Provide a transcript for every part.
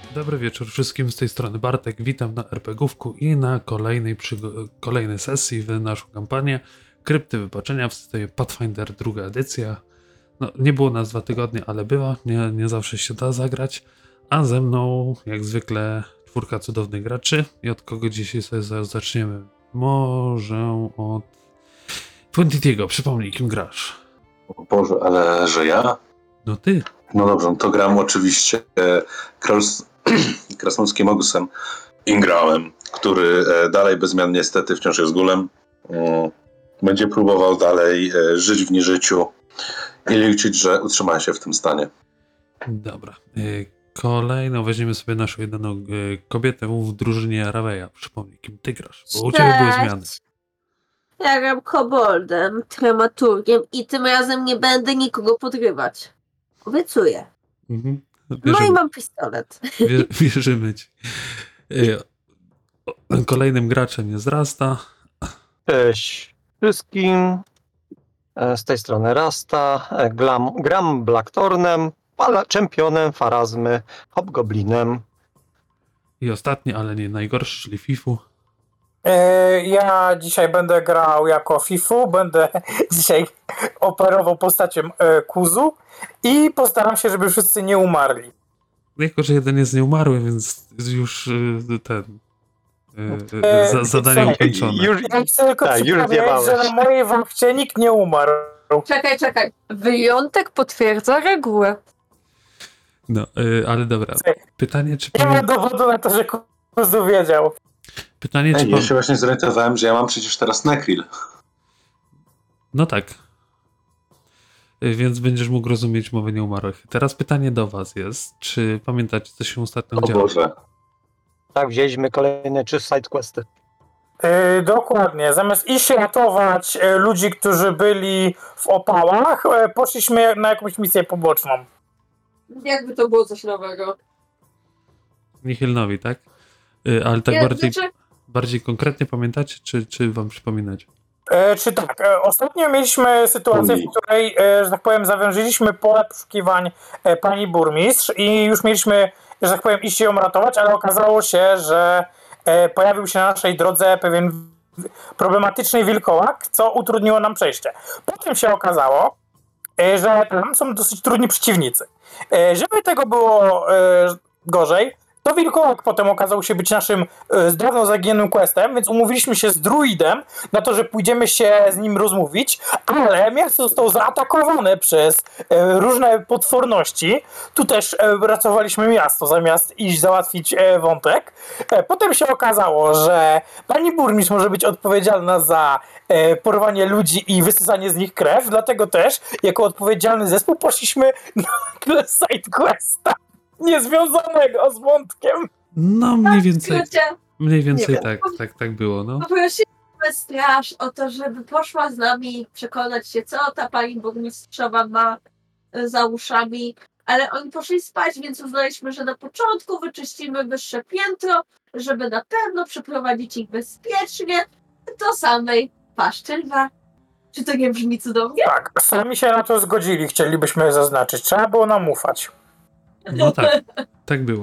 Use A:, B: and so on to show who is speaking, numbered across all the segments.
A: Dobry wieczór wszystkim, z tej strony Bartek, witam na RPGówku i na kolejnej sesji w naszą kampanię Krypty Wypaczenia w systemie Pathfinder, druga edycja. No, nie było nas 2 tygodnie, ale była, nie zawsze się da zagrać, a ze mną jak zwykle 4 cudownych graczy. I od kogo dzisiaj sobie zaczniemy? Może od Funtitiego, przypomnij, kim grasz?
B: O Boże, ale że ja?
A: No ty.
B: No dobrze, no to gram oczywiście krasnoludzkim Ogusem Ingrałem, który dalej bezmiennie niestety wciąż jest gulem. Będzie próbował dalej żyć w nieżyciu i liczyć, że utrzyma się w tym stanie.
A: Dobra. Kolejną weźmiemy sobie naszą jedyną kobietę w drużynie Raveya. Przypomnij, kim ty grasz, bo u ciebie były zmiany.
C: Ja gram koboldem, dramaturgiem i tym razem nie będę nikogo podrywać. Obiecuję.
A: Mhm.
C: No i mam pistolet.
A: Wierzymy ci. Kolejnym graczem jest Rasta.
D: Cześć wszystkim. Z tej strony Rasta. Gram Blackthornem, czempionem, Farazmy, Hobgoblinem.
A: I ostatni, ale nie najgorszy, czyli Fifu.
E: Ja dzisiaj będę grał jako Fifu, będę dzisiaj operował postacią Kuzu i postaram się, żeby wszyscy nie umarli.
A: Jako, że jeden jest nieumarły, więc już zadanie ukończone.
E: Ja chcę tylko przypomnieć, że na mojej wachcie nikt nie umarł.
C: Czekaj. Wyjątek potwierdza regułę.
A: No, ale dobra. Pytanie, czy
E: Nie ma dowodu na to, że Kuzu wiedział.
A: Pytanie, czy
B: Ja się właśnie zorientowałem, że ja mam przecież teraz Nekril.
A: No tak. Więc będziesz mógł rozumieć mowę nieumarłych. Teraz pytanie do was jest, czy pamiętacie, co się ostatnio działo?
B: O Boże.
D: Tak, wzięliśmy kolejne 3 sidequesty.
E: Dokładnie. Zamiast iść ratować ludzi, którzy byli w opałach, poszliśmy na jakąś misję poboczną.
C: Jakby to było coś nowego.
A: Nihilnowi, tak? Ale tak bardziej konkretnie pamiętacie, czy wam przypominać?
E: Czy tak? Ostatnio mieliśmy sytuację, w której, że tak powiem, zawężyliśmy pole poszukiwań pani burmistrz i już mieliśmy, że tak powiem, iść ją ratować, ale okazało się, że pojawił się na naszej drodze pewien problematyczny wilkołak, co utrudniło nam przejście. Potem się okazało, że tam są dosyć trudni przeciwnicy. Żeby tego było gorzej, to wilkołak potem okazał się być naszym dawno zaginionym questem, więc umówiliśmy się z druidem na to, że pójdziemy się z nim rozmówić, ale miasto zostało zaatakowane przez różne potworności. Tu też ratowaliśmy miasto, zamiast iść załatwić wątek. Potem się okazało, że pani burmistrz może być odpowiedzialna za porwanie ludzi i wysysanie z nich krew, dlatego też jako odpowiedzialny zespół poszliśmy na side questa niezwiązanego z wątkiem.
A: No mniej więcej tak było, no.
C: Poprosiliśmy straż o to, żeby poszła z nami przekonać się, co ta pani burmistrzowa ma za uszami, ale oni poszli spać, więc uznaliśmy, że na początku wyczyścimy wyższe piętro, żeby na pewno przeprowadzić ich bezpiecznie do samej paszczy lwa. Czy to nie brzmi cudownie?
E: Tak, sami się na to zgodzili, chcielibyśmy zaznaczyć. Trzeba było nam ufać.
A: No tak było.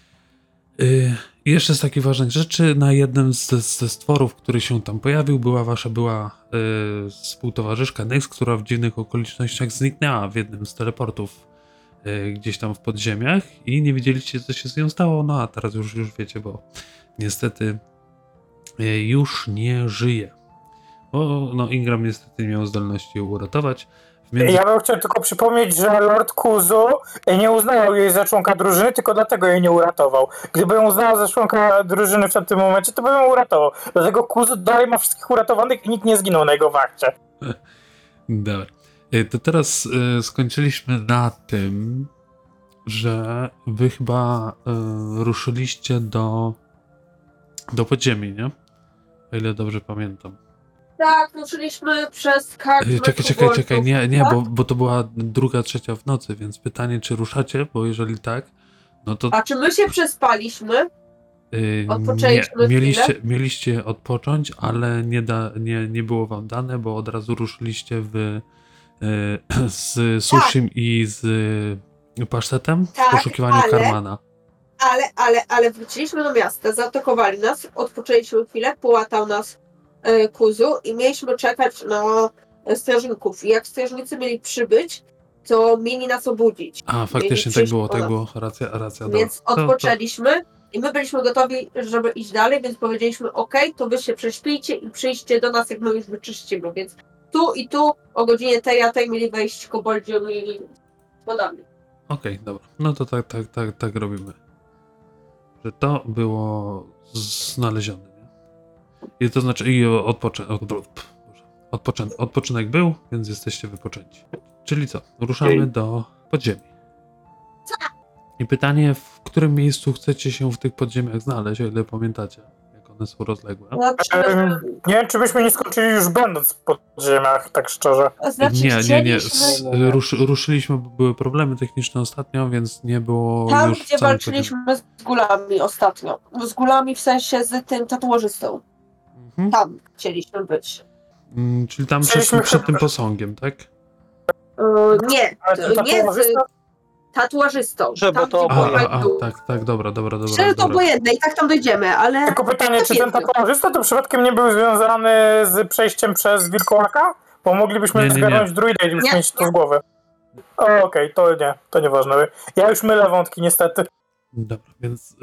A: I jeszcze z takich ważnych rzeczy, na jednym ze stworów, który się tam pojawił, była współtowarzyszka Nyx, która w dziwnych okolicznościach zniknęła w jednym z teleportów gdzieś tam w podziemiach i nie wiedzieliście, co się z nią stało, no a teraz już wiecie, bo niestety już nie żyje. Bo no, Ingram niestety nie miał zdolności ją uratować.
E: Ja bym chciał tylko przypomnieć, że Lord Kuzu nie uznał jej za członka drużyny, tylko dlatego jej nie uratował. Gdyby ją uznał za członka drużyny w tamtym momencie, to by ją uratował. Dlatego Kuzu dalej ma wszystkich uratowanych i nikt nie zginął na jego wachcie.
A: Dobra. To teraz skończyliśmy na tym, że wy chyba ruszyliście do podziemi, nie? O ile dobrze pamiętam.
C: Tak, ruszyliśmy przez kartę.
A: Czekaj, nie, bo to była 2, 3 w nocy, więc pytanie, czy ruszacie, bo jeżeli tak, no to...
C: A czy my się przespaliśmy? Odpoczęliśmy
A: mieliście odpocząć, ale nie było wam dane, bo od razu ruszyliście z Sushim i z pasztetem w poszukiwaniu Karmana.
C: Ale wróciliśmy do miasta, zaatakowali nas, odpoczęliśmy chwilę, połatał nas Kuzu i mieliśmy czekać na strażników. I jak strażnicy mieli przybyć, to mieli nas obudzić.
A: A,
C: Mieli
A: faktycznie tak
C: przyjść
A: było,
C: po
A: tak
C: nas.
A: było. Racja, dobra.
C: Więc odpoczęliśmy i my byliśmy gotowi, żeby iść dalej, więc powiedzieliśmy okej, to wy się prześpijcie i przyjdźcie do nas, jak my już wyczyścimy. Więc tu i tu o godzinie tej a tej mieli wejść koboldzi i podobnie.
A: Okej, dobra. No to tak robimy. Że to było znalezione, nie? I to znaczy, i odpoczynek był, więc jesteście wypoczęci. Czyli co? Ruszamy do podziemi. I pytanie, w którym miejscu chcecie się w tych podziemiach znaleźć, o ile pamiętacie, jak one są rozległe?
E: Nie wiem, czy byśmy nie skończyli już będąc w podziemiach, tak szczerze.
C: Znaczy,
A: Nie.
C: chcieliśmy
A: Ruszyliśmy, bo były problemy techniczne ostatnio, więc nie było
C: tam,
A: już
C: gdzie
A: całych
C: walczyliśmy z gulami ostatnio. Z gulami w sensie z tym tatuażystą.
A: Mhm.
C: Tam chcieliśmy być.
A: Czyli tam
E: Chcieliśmy
A: przed tym posągiem, tak?
C: Nie,
E: Ale ten
C: nie z
E: tatuażysta?
C: tatuażystą.
D: Że, bo
C: Tam,
D: to
C: gdzie
D: obojętne.
C: był.
A: Tak, dobra.
C: Szczerze to obojętne i tak tam dojdziemy, ale...
E: Tylko pytanie, czy ten
C: Wiem.
E: tatuażysta to przypadkiem nie był związany z przejściem przez wilkołaka? Bo moglibyśmy
A: Nie.
E: zgarnąć druidę i już
C: Nie.
E: mieć to z głowy. Okej, to nieważne. Ja już mylę wątki, niestety.
A: Dobra, więc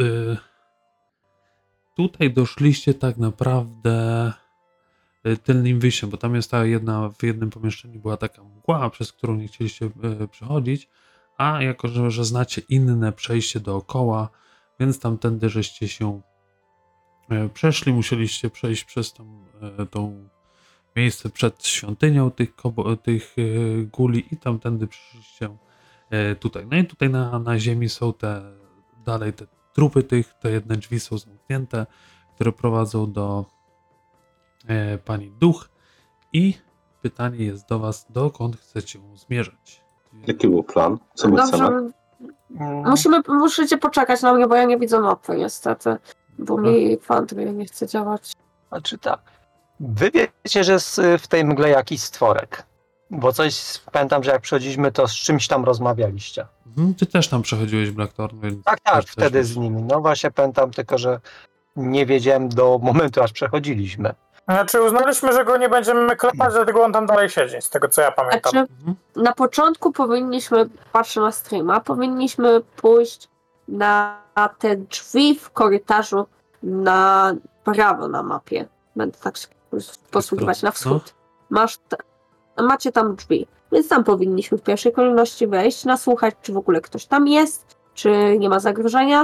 A: tutaj doszliście tak naprawdę tylnym wyjściem, bo tam jest w jednym pomieszczeniu była taka mgła, przez którą nie chcieliście przechodzić, a jako, że znacie inne przejście dookoła, więc tamtędy żeście się przeszli, musieliście przejść przez tą miejsce przed świątynią tych guli i tamtędy przyszliście tutaj. No i tutaj na ziemi są dalej te trupy te jedne drzwi są zamknięte, które prowadzą do pani duch i pytanie jest do was, dokąd chcecie zmierzać?
B: Jaki był plan? Co my chcemy?
C: Dobrze, musicie poczekać na mnie, bo ja nie widzę mapy niestety. Bo mi Fandry nie chce działać.
D: Znaczy tak. Wy wiecie, że jest w tej mgle jakiś stworek. Bo coś pamiętam, że jak przychodziliśmy, to z czymś tam rozmawialiście.
A: Ty też tam przechodziłeś Blackthorn, więc...
D: Tak,
A: też
D: wtedy
A: wiesz.
D: z nimi. No właśnie pamiętam, tylko że nie wiedziałem do momentu, aż przechodziliśmy.
E: Znaczy uznaliśmy, że go nie będziemy klepać, dlatego on tam dalej siedzi, z tego co ja pamiętam.
C: Znaczy, na początku powinniśmy, patrzę na streama, powinniśmy pójść na te drzwi w korytarzu na prawo na mapie. Będę tak się posługiwać, na wschód. Macie tam drzwi, więc tam powinniśmy w pierwszej kolejności wejść, nasłuchać, czy w ogóle ktoś tam jest, czy nie ma zagrożenia.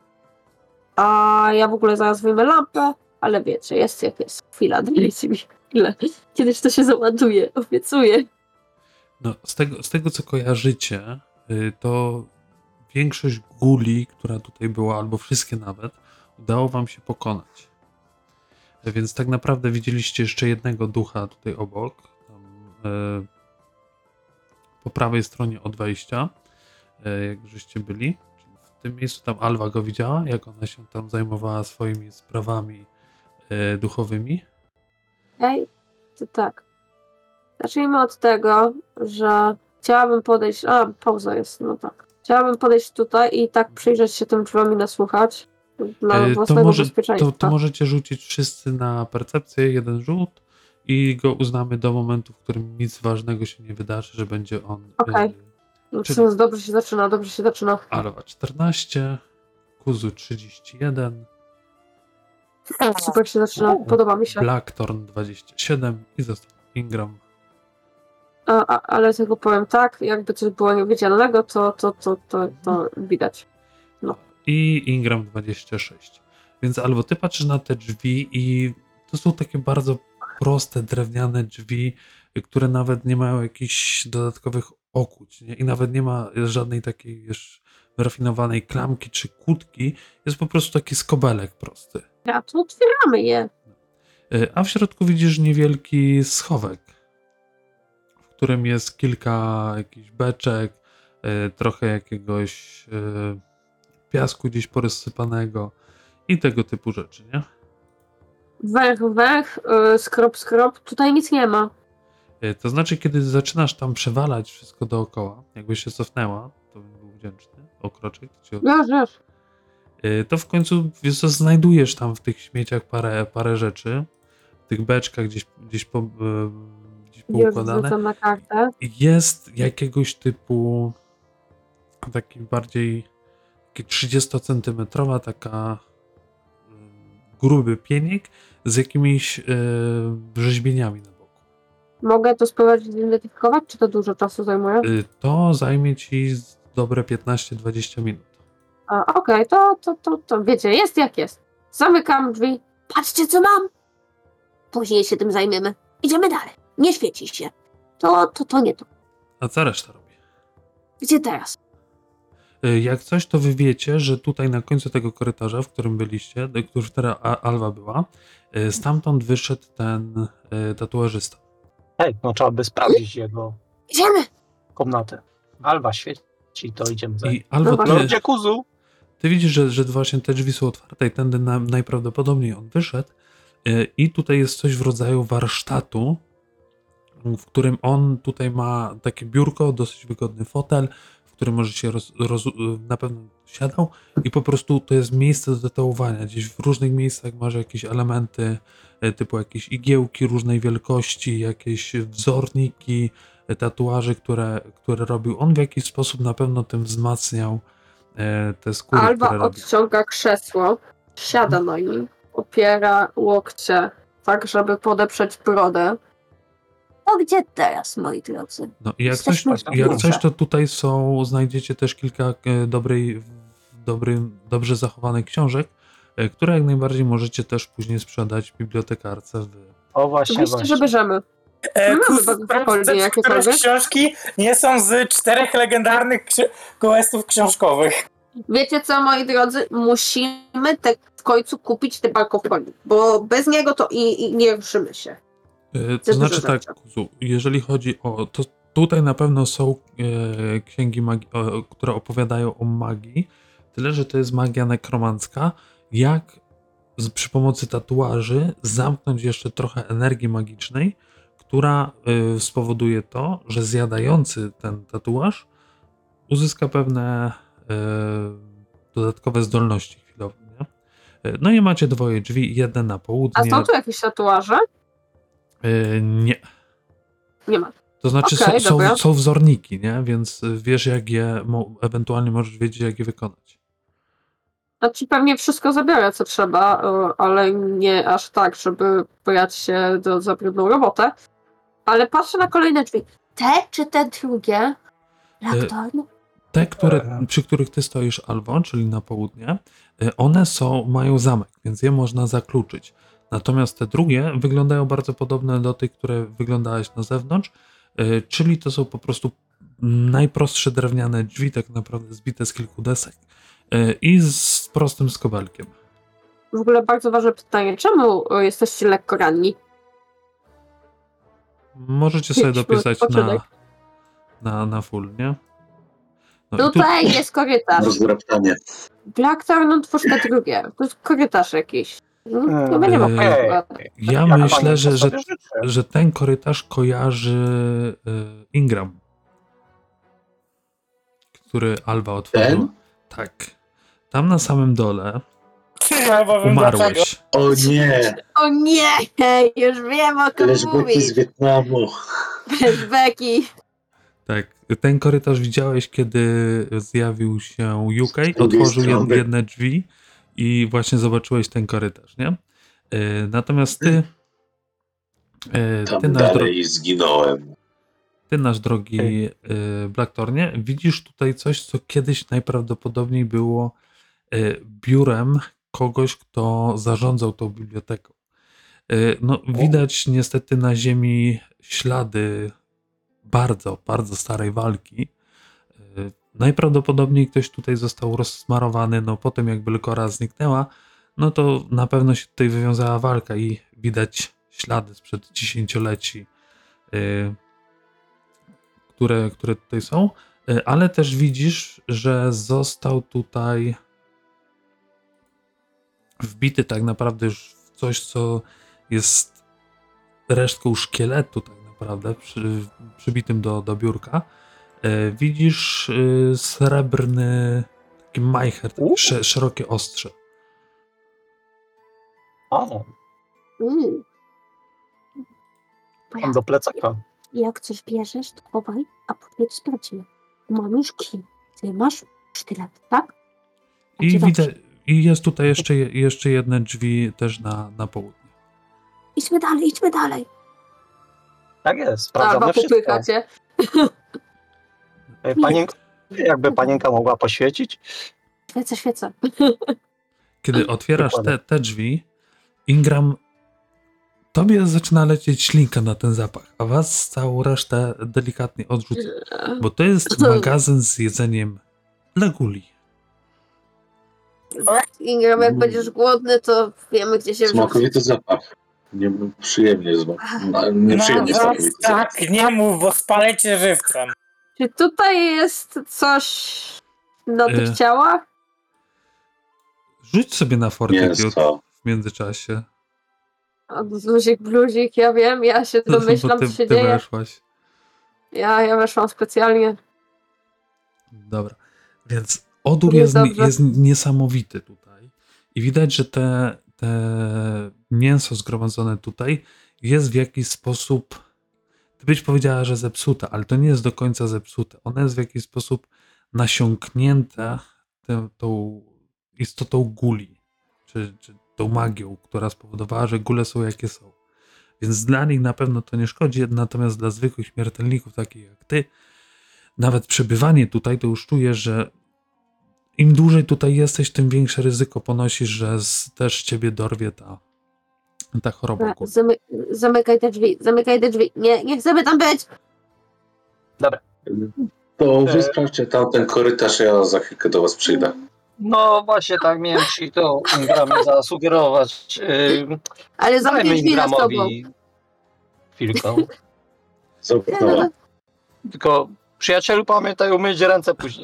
C: A ja w ogóle zaraz wyjmę lampę, ale wiecie, jest jak jest. Chwila, dajcie mi chwilę. Kiedyś to się załaduje, obiecuję.
A: No, z tego co kojarzycie, to większość guli, która tutaj była, albo wszystkie nawet, udało wam się pokonać. Więc tak naprawdę widzieliście jeszcze jednego ducha tutaj obok, tam, po prawej stronie od wejścia, jak żeście byli. W tym miejscu tam Alwa go widziała, jak ona się tam zajmowała swoimi sprawami duchowymi.
C: Ej, to tak. Zacznijmy od tego, że chciałabym podejść... pauza jest, no tak. Chciałabym podejść tutaj i tak przyjrzeć się tym drzwiom i nasłuchać dla własnego bezpieczeństwa.
A: To możecie rzucić wszyscy na percepcję, jeden rzut i go uznamy do momentu, w którym nic ważnego się nie wydarzy, że będzie on...
C: Okej. Dobrze się zaczyna.
A: Alwa 14, Kuzu 31,
C: Super się zaczyna, podoba mi się.
A: Blackthorn 27 i został Ingram.
C: Ale tylko powiem tak, jakby coś było niewiedzianego, to widać.
A: I Ingram 26. Więc Albo ty patrzysz na te drzwi i to są takie bardzo proste, drewniane drzwi, które nawet nie mają jakichś dodatkowych okuć, nie? I nawet nie ma żadnej takiej, wiesz, wyrafinowanej klamki czy kłódki. Jest po prostu taki skobelek prosty.
C: Ja tu otwieramy je.
A: A w środku widzisz niewielki schowek, w którym jest kilka jakichś beczek, trochę jakiegoś piasku gdzieś porozsypanego i tego typu rzeczy, nie?
C: Węch, skrop. Tutaj nic nie ma.
A: To znaczy, kiedy zaczynasz tam przewalać wszystko dookoła, jakbyś się cofnęła, to bym był wdzięczny o kroczek.
C: Już.
A: to w końcu wiesz co, znajdujesz tam w tych śmieciach parę rzeczy, w tych beczkach gdzieś
F: Już
A: poukładane.
F: wrzucam na kartę.
A: Jest jakiegoś typu taki bardziej 30-centymetrowa taka gruby pienik z jakimiś rzeźbieniami na boku.
F: Mogę to spróbować zidentyfikować, czy to dużo czasu zajmuje?
A: To zajmie ci dobre 15-20 minut.
F: Okej, to wiecie, jest jak jest. Zamykam drzwi.
C: Patrzcie, co mam! Później się tym zajmiemy. Idziemy dalej. Nie świeci się. To nie to.
A: A co reszta robi?
C: Gdzie teraz?
A: Jak coś, to wy wiecie, że tutaj na końcu tego korytarza, w którym byliście, który teraz Alwa była, stamtąd wyszedł ten tatuażysta.
D: Hej, no trzeba by sprawdzić jego
C: Idziemy!
D: komnatę. Alwa świeci, to idziemy za nim.
A: I Alwa,
F: Dobra.
D: Lordzie Kuzu!
A: ty widzisz, że właśnie te drzwi są otwarte i tędy najprawdopodobniej on wyszedł. I tutaj jest coś w rodzaju warsztatu, w którym on tutaj ma takie biurko, dosyć wygodny fotel, w którym może się na pewno siadał i po prostu to jest miejsce do tatuowania. Gdzieś w różnych miejscach masz jakieś elementy typu jakieś igiełki różnej wielkości, jakieś wzorniki, tatuaży, które robił. On w jakiś sposób na pewno tym wzmacniał te skóry,
F: Alba
A: które robił.
F: odciąga krzesło, siada na nim, opiera łokcie, tak żeby podeprzeć brodę.
C: To gdzie teraz, moi drodzy?
A: No i
C: Jesteśmy w
A: jak
C: biurze.
A: coś, to tutaj znajdziecie też kilka dobrze zachowanych książek, które jak najbardziej możecie też później sprzedać bibliotekarce.
D: O właśnie,
F: Oczywiście,
D: właśnie.
F: że bierzemy. No,
E: Sprawdzę,
F: cokolwiek,
E: czy
F: jakiekolwiek.
E: któreś książki nie są z 4 legendarnych questów książkowych.
F: Wiecie co, moi drodzy? Musimy w końcu kupić te alkoholi, bo bez niego to i nie ruszymy się.
A: To
F: Za
A: znaczy
F: dużo
A: tak,
F: rzeczy.
A: Kuzu, jeżeli chodzi o to, tutaj na pewno są księgi, które opowiadają o magii, tyle, że to jest magia nekromancka, jak przy pomocy tatuaży zamknąć jeszcze trochę energii magicznej, która spowoduje to, że zjadający ten tatuaż uzyska pewne dodatkowe zdolności chwilowe. Nie? No i macie dwoje drzwi, jedne na
F: A
A: południe.
F: są tu jakieś tatuaże?
A: Nie.
F: Nie ma.
A: To znaczy
F: Okej, dobra.
A: są wzorniki, nie? Więc wiesz, jak je, ewentualnie możesz wiedzieć, jak je wykonać.
F: Znaczy pewnie wszystko zabiorę, co trzeba, ale nie aż tak, żeby brać się za brudną robotę. Ale patrzę na kolejne drzwi.
C: Te czy te drugie? Laktorn?
A: Te, przy których ty stoisz, Alwo, czyli na południe, one mają zamek, więc je można zakluczyć. Natomiast te drugie wyglądają bardzo podobne do tych, które wyglądałeś na zewnątrz, czyli to są po prostu najprostsze drewniane drzwi, tak naprawdę zbite z kilku desek i z prostym skobelkiem.
F: W ogóle bardzo ważne pytanie. Czemu jesteście lekko ranni?
A: Możecie sobie
F: Mieliśmy
A: dopisać
F: odpoczynek.
A: na full, nie? No i tu,
F: Tutaj jest korytarz.
B: Rozdraptanie.
F: Blackthorn, otwórz te drugie. To jest korytarz jakiś. No, chyba nie ma
A: Ej.
F: pojęcia.
A: ja
D: Jak
A: myślę,
D: panie
A: że
D: sobie życzę.
A: że ten korytarz kojarzy Ingram, który Alba otworzył.
B: Ten?
A: Tak. Tam na samym dole
E: Albo wiem dlaczego.
A: umarłeś.
B: O nie!
F: O nie! Już wiem, o kim
B: Flashbacki z
F: mówisz.
B: Wietnamu.
F: Flashbacki.
A: Tak. Ten korytarz widziałeś, kiedy zjawił się UK,
B: drugiej
A: otworzył
B: strony.
A: jedne drzwi i właśnie zobaczyłeś ten korytarz, nie? Natomiast
B: Tam
A: ty
B: dalej zginąłem.
A: Ty, nasz drogi Blackthornie, widzisz tutaj coś, co kiedyś najprawdopodobniej było biurem kogoś, kto zarządzał tą biblioteką. No, widać niestety na ziemi ślady bardzo, bardzo starej walki. Najprawdopodobniej ktoś tutaj został rozsmarowany, no potem jak Belkora zniknęła, no to na pewno się tutaj wywiązała walka i widać ślady sprzed dziesięcioleci, które tutaj są, ale też widzisz, że został tutaj wbity tak naprawdę już w coś, co jest resztką szkieletu tak naprawdę, przybitym do biurka. Widzisz srebrny Taki majcher, takie szerokie ostrze.
D: O,
F: Mm.
D: tam do plecaka.
F: Jak coś bierzesz, to chowaj, a powiedz sprawdzimy. Mam już kij. Ty masz sztylet, tak?
A: I
F: Dobrze.
A: widzę, i jest tutaj jeszcze jedne drzwi też na południe.
F: Idźmy dalej.
D: Tak jest, sprawdzamy
F: Albo
D: wszystko.
F: popychacie.
D: Panienko, jakby panienka mogła poświecić?
F: Świecę.
A: Kiedy otwierasz
D: Dokładnie.
A: te drzwi, Ingram, tobie zaczyna lecieć ślinka na ten zapach, a was całą resztę delikatnie odrzuca. Bo to jest magazyn z jedzeniem dla guli.
F: Ingram, jak będziesz głodny, to wiemy, gdzie się wrzucić.
B: Smakowity zapach. Nieprzyjemnie nieprzyjemnie smakowity zapach.
E: tak, nie mów, bo spalę cię żywcem.
F: Czy tutaj jest coś na tych ciałach?
A: Rzuć sobie na fortepian
B: Mięso.
A: w międzyczasie.
F: Bluzik, ja wiem, ja się domyślam,
A: Bo
F: co się
A: ty
F: dzieje.
A: weszłaś.
F: Ja weszłam specjalnie.
A: Dobra. Więc odór
F: Jest
A: jest,
F: dobrze.
A: jest niesamowity tutaj. I widać, że te mięso zgromadzone tutaj jest w jakiś sposób, ty byś powiedziała, że zepsute, ale to nie jest do końca zepsute. Ono jest w jakiś sposób nasiąknięte tą istotą guli, czy tą magią, która spowodowała, że gule są jakie są. Więc dla nich na pewno to nie szkodzi, natomiast dla zwykłych śmiertelników, takich jak ty, nawet przebywanie tutaj, to już czujesz, że im dłużej tutaj jesteś, tym większe ryzyko ponosisz, że też ciebie dorwie ta choroba.
F: Zamykaj te drzwi. Nie chcemy tam być!
B: To wy sprawdźcie tamten korytarz, ja za chwilkę do was przyjdę.
D: No właśnie tak miałem ci to Ingramie zasugerować.
F: Ale zamknij
D: Dajmy
F: drzwi za sobą.
D: Ingramowi chwilkę.
B: Dobra.
D: Tylko przyjacielu, pamiętaj umyć ręce później.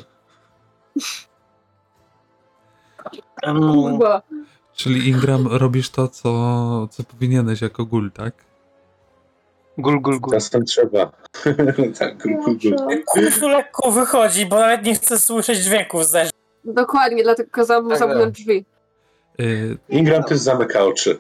F: Kurwa.
A: Czyli Ingram, robisz to, co powinieneś jako gul, tak?
D: Gul.
B: Teraz tam trzeba. Tak, gul.
E: Kursu lekko wychodzi, bo nawet nie chcę słyszeć dźwięków ze
F: Dokładnie, dlatego kazałam mu
D: Tak,
F: zamknąć
D: tak.
F: drzwi.
B: Ingram też zamyka oczy.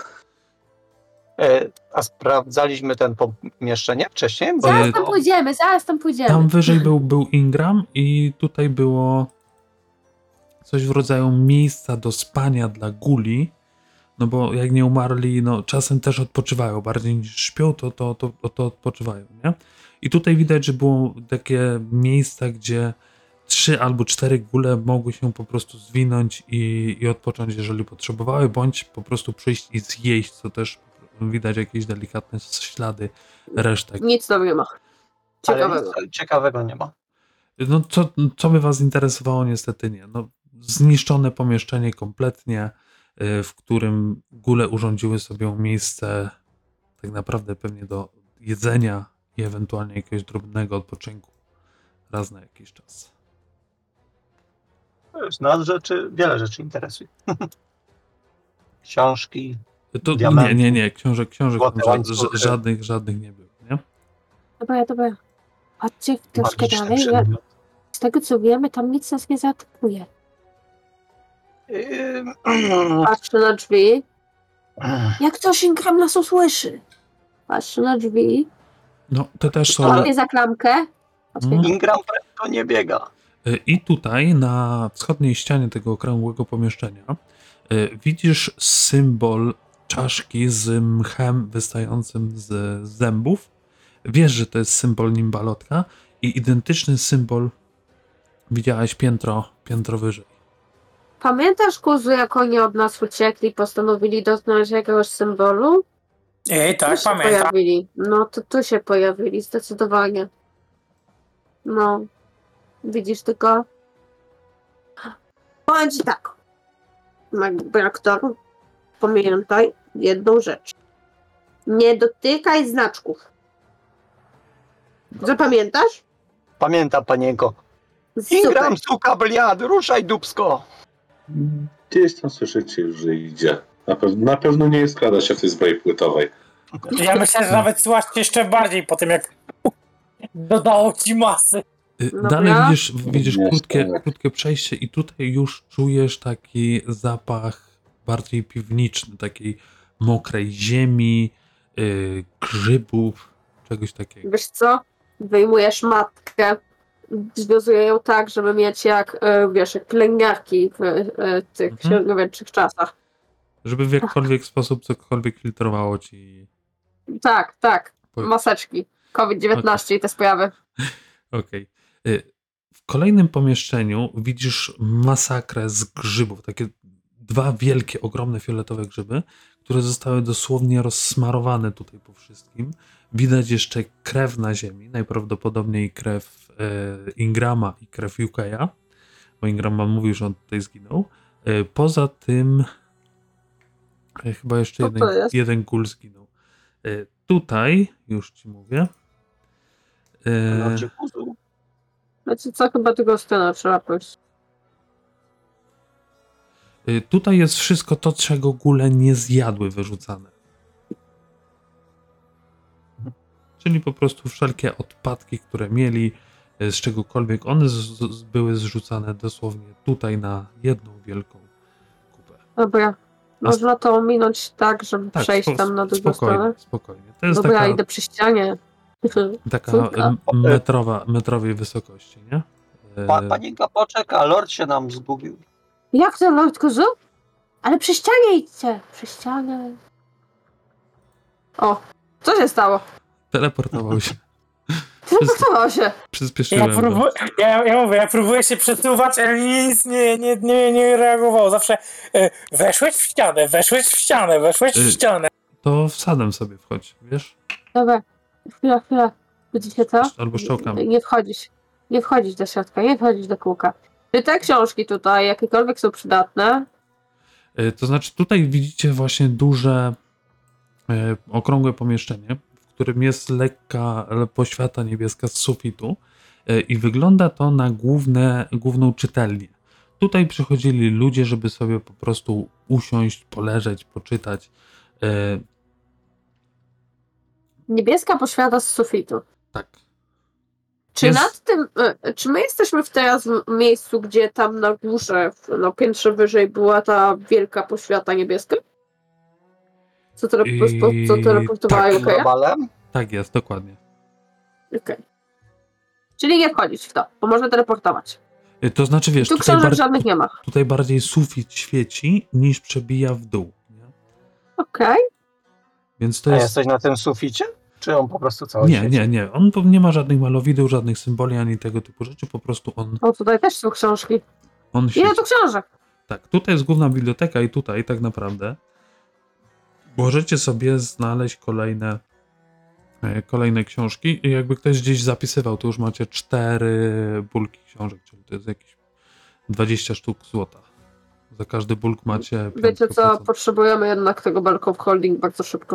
D: A sprawdzaliśmy ten pomieszczenie wcześniej? Bo
F: Zaraz tam pójdziemy.
A: Tam wyżej był Ingram i tutaj było coś w rodzaju miejsca do spania dla guli, no bo jak nie umarli, no czasem też odpoczywają, bardziej niż śpią, to odpoczywają, nie? I tutaj widać, że było takie miejsca, gdzie 3 albo 4 gule mogły się po prostu zwinąć i odpocząć, jeżeli potrzebowały, bądź po prostu przyjść i zjeść, co też widać jakieś delikatne ślady resztek.
F: Nic tam nie ma. Ciekawego.
D: Ale ciekawego nie ma.
A: No co by was interesowało? Niestety nie. No, zniszczone pomieszczenie kompletnie, w którym gule urządziły sobie miejsce tak naprawdę pewnie do jedzenia i ewentualnie jakiegoś drobnego odpoczynku raz na jakiś czas.
D: Nas wiele rzeczy interesuje. Książki.
A: To
D: Diamenty.
A: nie, książek
D: Złote
A: tam
D: łańcuchy.
A: żadnych nie było, nie?
F: Dobra. Chodźcie troszkę
D: Magiczne
F: dalej.
D: przedmioty.
F: Z tego co wiemy, tam nic nas nie zaatakuje. Patrzę na drzwi. Jak coś Ingram nas usłyszy. Patrzę na drzwi.
A: No, te też są.
F: Łapię za klamkę.
D: Ingram prędko nie biega.
A: I tutaj na wschodniej ścianie tego okrągłego pomieszczenia widzisz symbol czaszki z mchem wystającym z zębów. Wiesz, że to jest symbol Nimbalotka i identyczny symbol widziałeś piętro wyżej.
F: Pamiętasz, Kuzu, jak oni od nas uciekli i postanowili dotknąć jakiegoś symbolu?
E: tak,
F: Tu się
E: pamiętam.
F: pojawili. No, to tu się pojawili, zdecydowanie. No. Widzisz tylko? Powiem ci tak. Braktor, pamiętaj jedną rzecz. Nie dotykaj znaczków. Zapamiętasz?
D: Pamiętam, panienko.
F: Super.
D: Ingram, suka, bliad, ruszaj dupsko.
B: Gdzieś tam słyszycie już, że idzie. Na pewno nie skrada się w tej zbroi płytowej.
E: Ja myślę, że nawet słychać jeszcze bardziej po tym, jak dodało ci masy.
F: Dobra.
A: Dalej widzisz
B: Nie,
A: krótkie przejście i tutaj już czujesz taki zapach bardziej piwniczny, takiej mokrej ziemi, grzybów, czegoś takiego.
F: Wiesz co? Wyjmujesz matkę, związuję ją tak, żeby mieć jak, wiesz, jak pielęgniarki w tych średniowiecznych czasach.
A: Żeby w jakikolwiek sposób cokolwiek filtrowało ci.
F: Tak, tak.
A: Powiedz.
F: Maseczki. COVID-19 i te sprawy.
A: Okej. W kolejnym pomieszczeniu widzisz masakrę z grzybów. Takie 2 wielkie, ogromne fioletowe grzyby, które zostały dosłownie rozsmarowane tutaj po wszystkim. Widać jeszcze krew na ziemi, najprawdopodobniej krew Ingrama i krew Yukeya, bo Ingram wam mówił, że on tutaj zginął. Poza tym chyba jeszcze
F: Co to jest?
A: jeden gul zginął. Tutaj, już ci mówię.
D: Lordzie Kuzu.
F: Znaczy co, chyba tego scena trzeba pójść.
A: Tutaj jest wszystko to, czego góle nie zjadły, wyrzucane. Czyli po prostu wszelkie odpadki, które mieli z czegokolwiek, one były zrzucane dosłownie tutaj na jedną wielką kupę.
F: Dobra. Można to ominąć tak, żeby
A: Tak,
F: przejść tam na drugą stronę.
A: Spokojnie. To jest
F: Dobra, idę przy ścianie.
A: taka
F: Córka.
A: metrowej wysokości, nie?
D: Panienka poczeka, lord się nam zgubił.
F: Jak to, Lord Kuzu? Ale przy ścianie idźcie. Przy ścianie. O, co się stało?
A: Teleportował się.
F: Teleportował się.
A: Przyspieszyłem go.
E: Ja próbuję się przesuwać, ale nic nie reagowało. Zawsze weszłeś w ścianę, weszłeś w ścianę, weszłeś w ścianę.
A: To wsadem sobie wchodź, wiesz?
F: Dobra, chwila. Widzicie to?
A: Albo szczołkami.
F: Nie wchodzić do środka, nie wchodzić do kółka. Czy te książki tutaj, jakiekolwiek są przydatne?
A: To znaczy tutaj widzicie właśnie duże, okrągłe pomieszczenie, w którym jest lekka poświata niebieska z sufitu i wygląda to na główną czytelnię. Tutaj przychodzili ludzie, żeby sobie po prostu usiąść, poleżeć, poczytać.
F: Niebieska poświata z sufitu.
A: Tak.
F: Czy
A: Jest-
F: nad tym, czy my jesteśmy teraz w miejscu, gdzie tam na górze, na piętrze wyżej była ta wielka poświata niebieska? Co teleportowała
A: tak.
F: Yukeya?
D: Globalem?
A: Tak jest, dokładnie.
F: Okej. Czyli nie wchodzić w to, bo można teleportować.
A: To znaczy, wiesz,
F: Tu książek żadnych nie ma.
A: tutaj bardziej sufit świeci niż przebija w dół. Nie?
F: Okej.
A: Więc to
D: A
A: jest...
D: jesteś na tym suficie? Czy on po prostu cały świeci?
A: Nie. On nie ma żadnych malowideł, żadnych symboli, ani tego typu rzeczy. Po prostu
F: O, tutaj też są książki.
A: on
F: Ile
A: świeci.
F: tu książek?
A: Tak, tutaj jest główna biblioteka i tutaj tak naprawdę możecie sobie znaleźć kolejne książki i jakby ktoś gdzieś zapisywał, to już macie 4 bulki książek, czyli to jest jakieś 20 sztuk złota. Za każdy bulk macie
F: Wiecie co,
A: 5%.
F: potrzebujemy jednak tego Bulk of Holding bardzo szybko.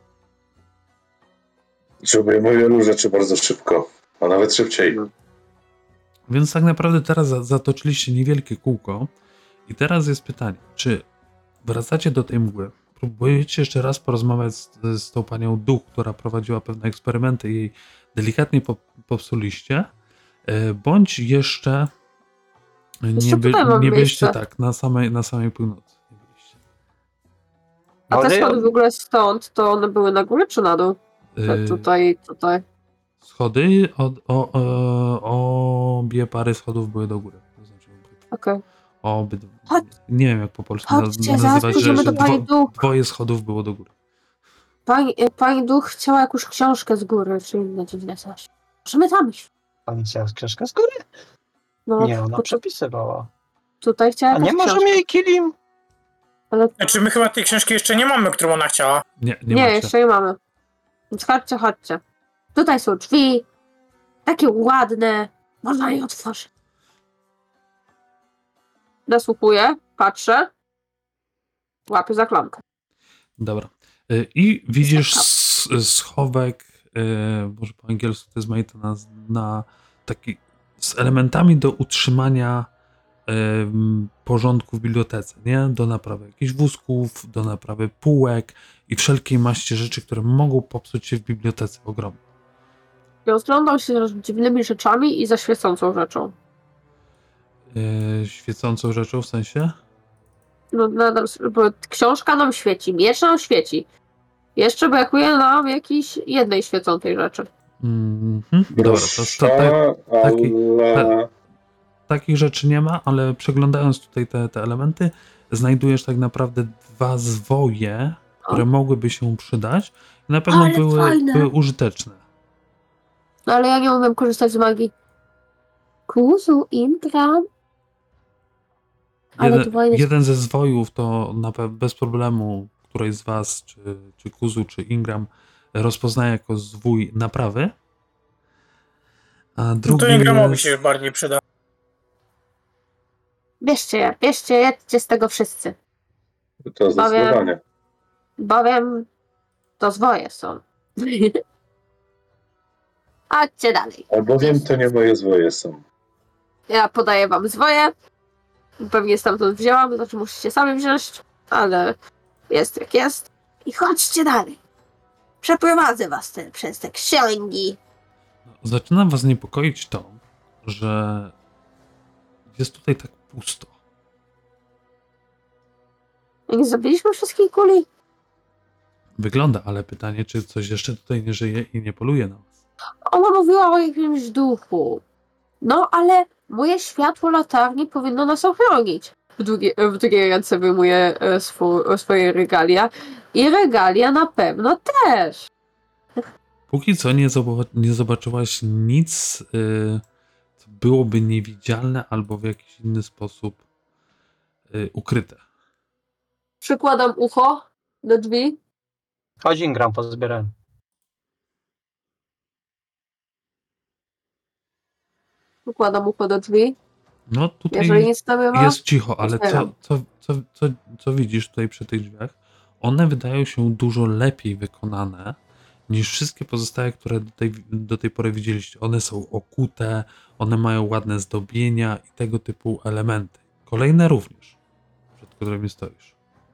B: Potrzebujemy wielu rzeczy bardzo szybko, a nawet szybciej.
A: Więc tak naprawdę teraz zatoczyliście niewielkie kółko i teraz jest pytanie, czy wracacie do tej mgły, próbujecie jeszcze raz porozmawiać z tą panią Duch, która prowadziła pewne eksperymenty i jej delikatnie popsuliście, bądź jeszcze
F: Jeszcze tutaj mamy
A: nie byliście
F: miejsce.
A: tak, na samej północy. Nie byliście.
F: A te
D: Ale-
F: schody w ogóle stąd, to one były na górę czy na dół? Tutaj.
A: Schody, obie pary schodów były do góry. To znaczy,
F: Okej. Chodź.
A: nie wiem jak po polsku
F: Chodźcie, zaraz
A: nazywać,
F: pójdziemy do pani Duch.
A: dwoje schodów było do góry.
F: Pani Duch chciała jakąś książkę z góry, czy inne dziwne coś. Możemy tam iść.
D: Pani chciała książkę z góry?
F: No,
D: Nie, ona
F: tu-
D: przepisywała.
F: tutaj chciała
D: A nie
F: jakąś
D: możemy jej kilim?
E: Znaczy my chyba tej książki jeszcze nie mamy, którą ona chciała.
A: Nie
F: Nie,
A: macie.
F: jeszcze nie mamy. Więc chodźcie. Tutaj są drzwi. Takie ładne. Można je otworzyć. Nasłuchuję, patrzę. Łapię za klamkę.
A: Dobra. I widzisz schowek, może po angielsku to jest majta na taki z elementami do utrzymania porządku w bibliotece, nie? Do naprawy jakichś wózków, do naprawy półek i wszelkiej maści rzeczy, które mogą popsuć się w bibliotece ogromnie.
F: rozglądał się za dziwnymi rzeczami i za świecącą rzeczą.
A: Świecącą rzeczą w sensie?
F: No, bo książka nam świeci, miecz nam świeci. Jeszcze brakuje nam jakiejś jednej świecącej rzeczy.
A: Dobra,
B: ale...
A: takich rzeczy nie ma, ale przeglądając tutaj te elementy, znajdujesz tak naprawdę 2 zwoje, które mogłyby się przydać i na pewno
F: Ale fajne.
A: były użyteczne.
F: No ale ja nie umiem korzystać z magii. Kuzu, Ingram. Ale to fajne.
A: Jeden ze zwojów to bez problemu któryś z was, czy Kuzu, czy Ingram, rozpoznaje jako zwój naprawy. A drugi
E: No to Ingramowi
A: jest...
E: się bardziej przyda.
F: Bierzcie, jedźcie z tego wszyscy.
B: To zdecydowanie.
F: Bowiem to zwoje są. Chodźcie dalej.
B: Albowiem to nie moje zwoje są.
F: Ja podaję wam zwoje. Pewnie stamtąd wzięłam, znaczy musicie sami wziąć, ale jest jak jest. I chodźcie dalej. Przeprowadzę was przez te księgi.
A: Zaczyna was niepokoić to, że jest tutaj tak pusto.
F: Nie zabiliśmy wszystkich kuli?
A: Wygląda, ale pytanie, czy coś jeszcze tutaj nie żyje i nie poluje na was.
F: Ona mówiła o jakimś duchu. No, ale moje światło latarni powinno nas ochronić. W drugiej ręce wyjmuję swoje regalia. I regalia na pewno też.
A: Póki co nie zobaczyłaś nic, co byłoby niewidzialne albo w jakiś inny sposób ukryte.
F: Przykładam ucho do drzwi.
D: Chodź Ingram, pozbierałem.
F: Przykładam ucho do drzwi.
A: No tutaj
F: Jeżeli nic tam nie ma,
A: jest cicho, ale
F: otwieram.
A: co widzisz tutaj przy tych drzwiach? One wydają się dużo lepiej wykonane niż wszystkie pozostałe, które do tej pory widzieliście. One są okute, one mają ładne zdobienia i tego typu elementy. Kolejne również, przed którymi stoisz.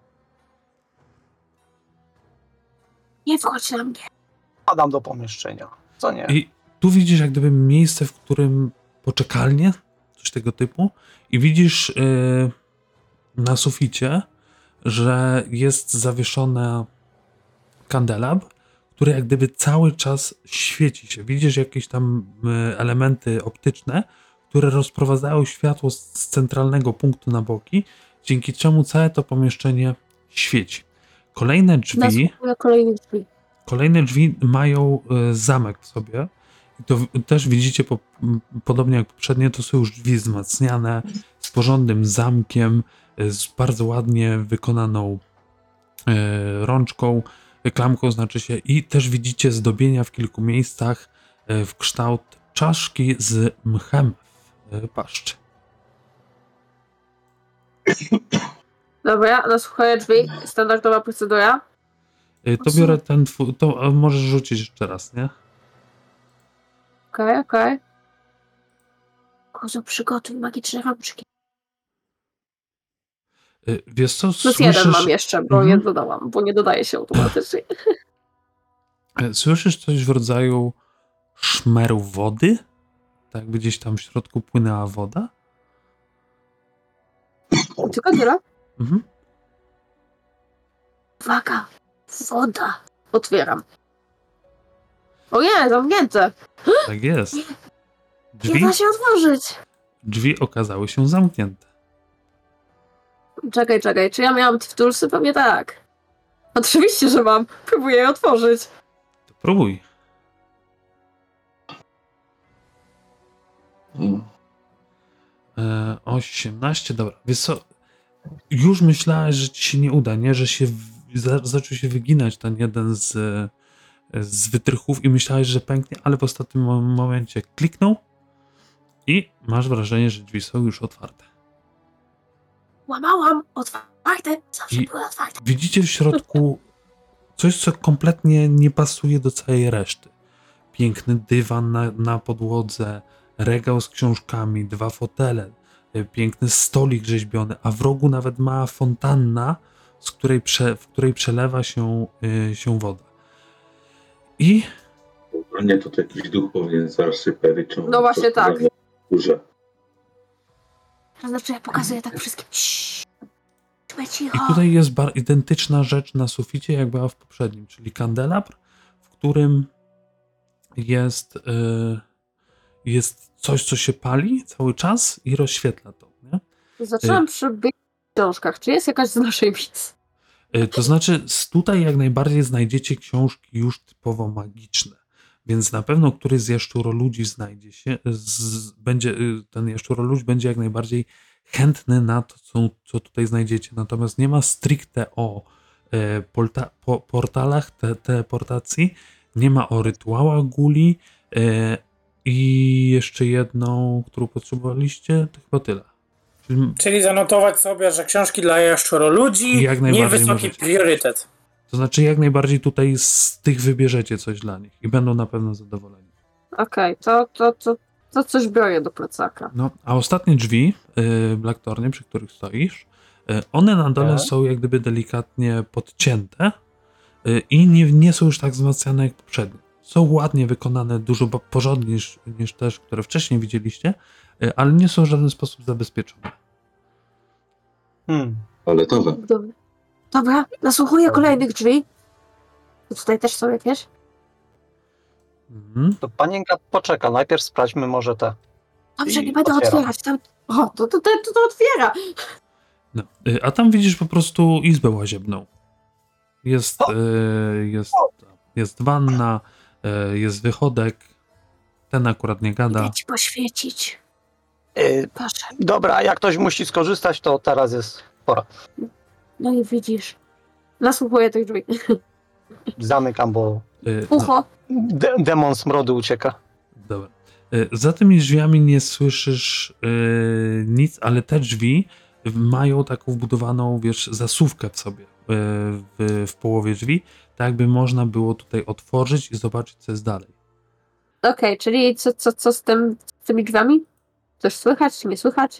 F: Nie wchodź na mnie.
D: Padam do pomieszczenia. Co nie?
A: I tu widzisz jak gdyby miejsce, w którym poczekalnie, coś tego typu, i widzisz na suficie, że jest zawieszony kandelab, który jak gdyby cały czas świeci się. Widzisz jakieś tam elementy optyczne, które rozprowadzają światło z centralnego punktu na boki, dzięki czemu całe to pomieszczenie świeci. Kolejne drzwi
F: Kolejne drzwi.
A: mają zamek w sobie. I to też widzicie, podobnie jak poprzednie, to są już drzwi wzmacniane, z porządnym zamkiem, z bardzo ładnie wykonaną rączką, klamką znaczy się, i też widzicie zdobienia w kilku miejscach w kształt czaszki z mchem w paszczy.
F: Dobra, nasłuchuję drzwi. Standardowa procedura.
A: To biorę ten twój, to możesz rzucić jeszcze raz, nie?
F: Okej. Kozu, przygotuj magiczne rączki.
A: Wiesz co,
F: Plus jeden mam jeszcze, bo nie dodałam, bo nie dodaje się automatycznie.
A: Słyszysz coś w rodzaju szmeru wody? Tak jakby gdzieś tam w środku płynęła woda?
F: Tylko tyle?
A: Mhm.
F: Uwaga! Woda! Otwieram. O nie, zamknięte!
A: Tak jest.
F: Nie da się otworzyć!
A: Drzwi okazały się zamknięte.
F: Czekaj, czy ja miałam Twtulsy? Pewnie tak. Oczywiście, że mam. Próbuję je otworzyć.
A: To próbuj.
B: Mm.
A: 18, dobra. Wiesz co, już myślałeś, że ci się nie uda, nie? Że się zaczął się wyginać ten jeden z wytrychów i myślałeś, że pęknie, ale w ostatnim momencie kliknął i masz wrażenie, że drzwi są już otwarte.
F: Łamałam! Otwarte! Zawsze
A: I
F: były otwarte.
A: widzicie w środku coś, co kompletnie nie pasuje do całej reszty. Piękny dywan na podłodze, regał z książkami, 2 fotele, piękny stolik rzeźbiony, a w rogu nawet mała fontanna, w której przelewa się woda. I
B: Nie, to jakiś duch powinien zaraz się pojawić. Czemu
F: No właśnie
B: to
F: tak.
B: Górze.
F: To znaczy ja pokazuję tak wszystkim.
A: I
F: Cicho.
A: tutaj jest identyczna rzecz na suficie, jak była w poprzednim, czyli kandelabr, w którym jest coś, co się pali cały czas i rozświetla to. Nie?
F: Zaczęłam przy książkach. Czy jest jakaś z naszej misji?
A: To znaczy, tutaj jak najbardziej znajdziecie książki już typowo magiczne, więc na pewno któryś z jaszczuroludzi znajdzie się, ten jaszczuroludź będzie jak najbardziej chętny na to, co tutaj znajdziecie. Natomiast nie ma stricte o portalach teleportacji, nie ma o rytuałach guli i jeszcze jedną, którą potrzebowaliście, to chyba tyle.
E: Czyli zanotować sobie, że książki dla jaszczuroludzi,
A: Jak najbardziej
E: niewysoki
A: możecie.
E: priorytet.
A: To znaczy, jak najbardziej tutaj z tych wybierzecie coś dla nich i będą na pewno zadowoleni.
F: Okej, to coś biorę do plecaka.
A: No, a ostatnie drzwi, Blackthornie, przy których stoisz, one na dole
D: Tak.
A: są jak gdyby delikatnie podcięte i nie są już tak wzmacniane jak poprzednie. Są ładnie wykonane, dużo porządniej niż te, które wcześniej widzieliście, ale nie są w żaden sposób zabezpieczone.
B: Paletowe.
F: Dobra, nasłuchuję kolejnych drzwi. To tutaj też są jakieś?
A: Mhm.
D: To panienka poczeka, najpierw sprawdźmy może te.
F: Dobrze,
D: I
F: nie będę
D: otwieram.
F: otwierać. Tam... O, to otwiera.
A: No. A tam widzisz po prostu izbę łaziebną. Jest wanna, jest wychodek. Ten akurat nie gada.
F: Idę ci poświecić. Proszę.
D: Dobra, jak ktoś musi skorzystać, to teraz jest pora.
F: No i widzisz. Nasłuchuję tych drzwi.
D: Zamykam, bo
F: Ucho.
D: demon smrodu ucieka.
A: Dobra. Za tymi drzwiami nie słyszysz nic, ale te drzwi mają taką wbudowaną, wiesz, zasuwkę w sobie, w połowie drzwi, tak jakby można było tutaj otworzyć i zobaczyć, co jest dalej.
F: Okej, czyli co z tymi drzwiami? Coś słychać, czy nie słychać?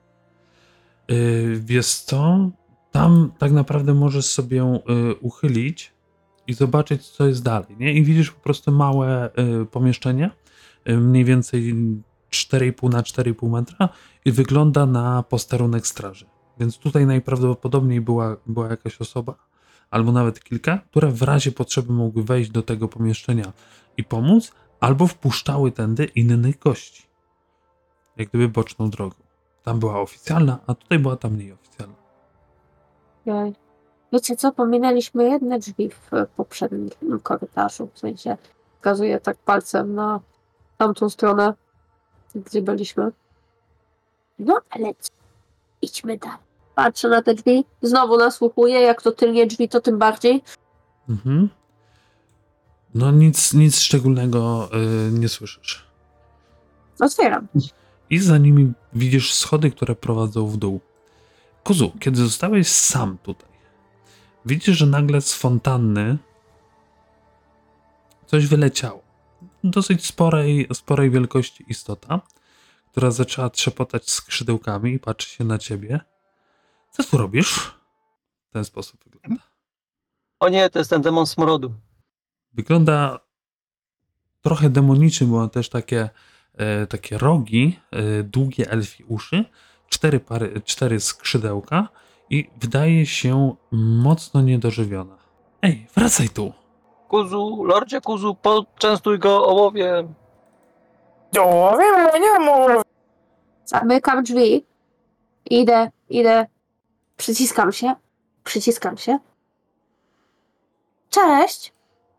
A: Wiesz co? Tam tak naprawdę możesz sobie uchylić i zobaczyć, co jest dalej, nie? I widzisz po prostu małe pomieszczenie, mniej więcej 4,5 na 4,5 metra i wygląda na posterunek straży. Więc tutaj najprawdopodobniej była jakaś osoba, albo nawet kilka, które w razie potrzeby mogły wejść do tego pomieszczenia i pomóc, albo wpuszczały tędy innych gości. Jak gdyby boczną drogą. Tam była oficjalna, a tutaj była ta mniej oficjalna.
F: Okej. Wiecie co, pominęliśmy jedne drzwi w poprzednim korytarzu. W sensie wskazuję tak palcem na tamtą stronę, gdzie byliśmy. No, ale co? Idźmy dalej. Patrzę na te drzwi, znowu nasłuchuję, jak to tylnie drzwi, to tym bardziej.
A: Mhm. No nic szczególnego nie słyszysz.
F: Otwieram.
A: I za nimi widzisz schody, które prowadzą w dół. Kuzu, kiedy zostałeś sam tutaj, widzisz, że nagle z fontanny coś wyleciało. Dosyć sporej wielkości istota, która zaczęła trzepotać skrzydełkami i patrzy się na ciebie. Co tu robisz? W ten sposób wygląda.
D: O nie, to jest ten demon smrodu.
A: Wygląda trochę demonicznie, bo ma też takie rogi, długie elfie uszy, 4 skrzydełka i wydaje się mocno niedożywiona. Ej, wracaj tu!
D: Kuzu, lordzie Kuzu, poczęstuj go ołowiem.
E: O, wiem, nie mów.
F: Zamykam drzwi. Idę. Przyciskam się. Cześć!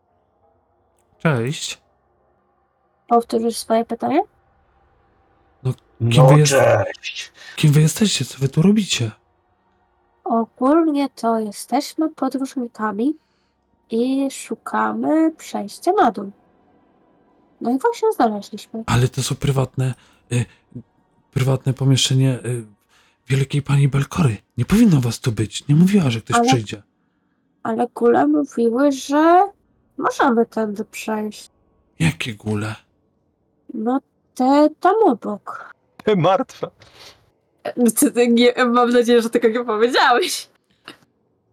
A: Cześć!
F: Powtórzysz swoje pytanie?
A: Kim wy
D: Cześć.
A: Kim wy jesteście? Co wy tu robicie?
F: Ogólnie to jesteśmy podróżnikami i szukamy przejścia na dół. No i właśnie znaleźliśmy.
A: Ale to są prywatne pomieszczenie wielkiej pani Belkory. Nie powinno was tu być. Nie mówiła, że ktoś
F: Ale-
A: przyjdzie.
F: Ale góle mówiły, że możemy tędy przejść.
A: Jakie góle?
F: No te tam obok.
D: Martwa.
F: Mam nadzieję, że tego nie powiedziałeś.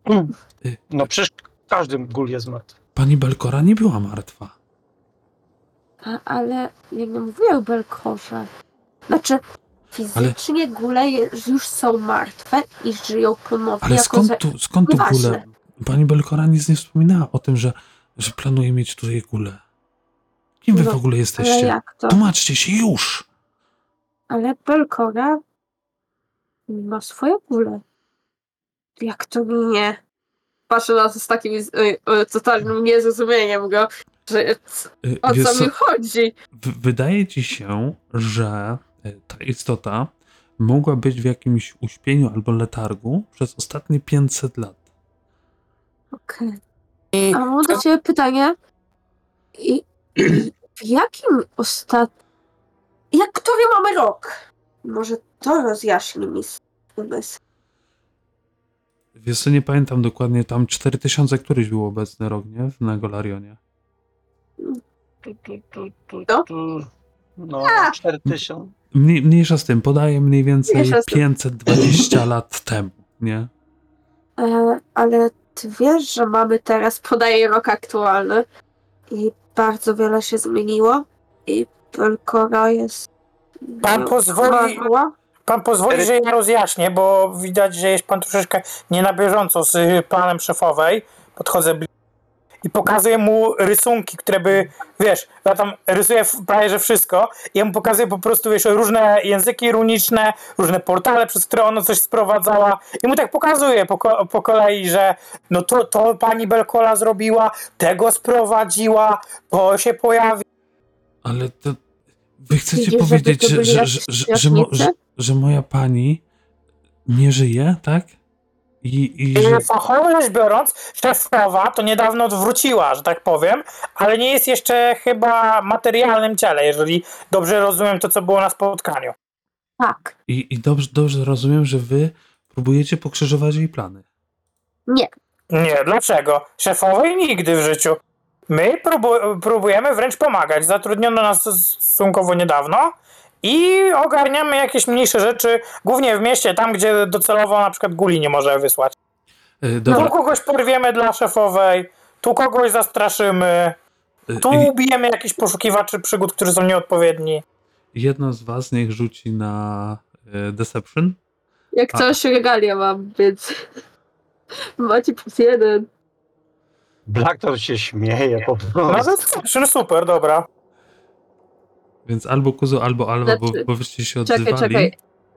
D: No przecież każdy gul jest martwy.
A: Pani Belkora nie była martwa.
F: Ale ja nie mówię o Belkorze. Znaczy, fizycznie góle już są martwe i żyją ponownie
A: Ale
F: jako...
A: skąd tu
F: Nieważne.
A: gule? Pani Belkora nic nie wspominała o tym, że planuje mieć tutaj gule. Kim wy
F: No,
A: w ogóle
F: Ale
A: jesteście?
F: jak to?
A: Tłumaczcie się już!
F: Ale Belkora ma swoje góle. Jak to nie? Patrzę na to z takim totalnym niezrozumieniem go, że o
A: Wiesz
F: co
A: co,
F: mi chodzi.
A: wydaje ci się, że ta istota mogła być w jakimś uśpieniu albo letargu przez ostatnie 500 lat.
F: Okej.
E: I
F: A mam do ciebie pytanie. I w jakim który mamy rok? Może to rozjaśni mi umysł.
A: Wiesz co, nie pamiętam dokładnie, tam 4000 któryś był obecny rok, nie? Na Golarionie.
F: No?
D: No, 4000.
A: Mniejsza z tym, podaję mniej więcej
F: Mniejsza z tym.
A: 520 lat temu, nie?
F: Ale ty wiesz, że mamy teraz, podaję rok aktualny i bardzo wiele się zmieniło i Belkora jest...
E: Pan pozwoli-
F: umarła?
E: pan pozwoli, że ja rozjaśnię, bo widać, że jest pan troszeczkę nie na bieżąco z planem szefowej. Podchodzę i pokazuję mu rysunki, które by, wiesz, ja tam rysuję prawie że wszystko i ja mu pokazuję po prostu, wiesz, różne języki runiczne, różne portale, przez które ona coś sprowadzała i mu tak pokazuję po kolei, że no to pani Belkola zrobiła, tego sprowadziła, to się pojawi.
A: Ale to wy chcecie
F: Widzisz,
A: powiedzieć,
F: żeby to byli jakieś świetnicy?
A: że moja pani nie żyje, tak? I że...
E: Fachowo rzecz biorąc, szefowa to niedawno odwróciła, że tak powiem, ale nie jest jeszcze chyba materialnym ciele, jeżeli dobrze rozumiem to, co było na spotkaniu.
F: Tak.
A: I dobrze rozumiem, że wy próbujecie pokrzyżować jej plany.
F: Nie.
E: Nie, dlaczego? Szefowej nigdy w życiu. My próbujemy wręcz pomagać. Zatrudniono nas stosunkowo niedawno i ogarniamy jakieś mniejsze rzeczy, głównie w mieście, tam gdzie docelowo na przykład guli nie może wysłać.
A: Dobra.
E: Tu kogoś porwiemy dla szefowej, tu kogoś zastraszymy, tu ubijemy jakichś poszukiwaczy przygód, którzy są nieodpowiedni.
A: Jedno z was niech rzuci na Deception.
F: Jak coś regalia mam, więc macie +1.
D: Blacktor się śmieje po
E: No
D: prostu.
E: to super, dobra.
A: Więc albo Kuzu, albo Alwa,
F: Znaczy,
A: bo wyście się odzywali.
F: Czekaj.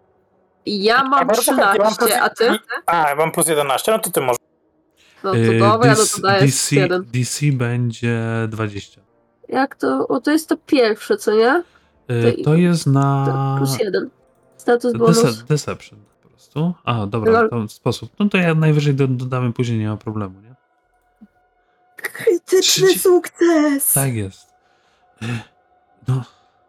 F: Ja mam
E: bardzo chętnie, mam
F: 13, a ty?
E: A, mam +11, no to ty możesz.
F: No to dobra, no to dajesz
A: DC,
F: 1.
A: DC będzie 20.
F: Jak to? O, to jest to pierwsze, co nie?
A: To jest na
F: To +1. Status bonus.
A: Deception po prostu. A, dobra,
F: Lol.
A: w ten sposób. No to ja najwyżej dodamy później, nie ma problemu, nie?
F: Krytyczny
A: 30.
F: sukces!
A: Tak jest. No.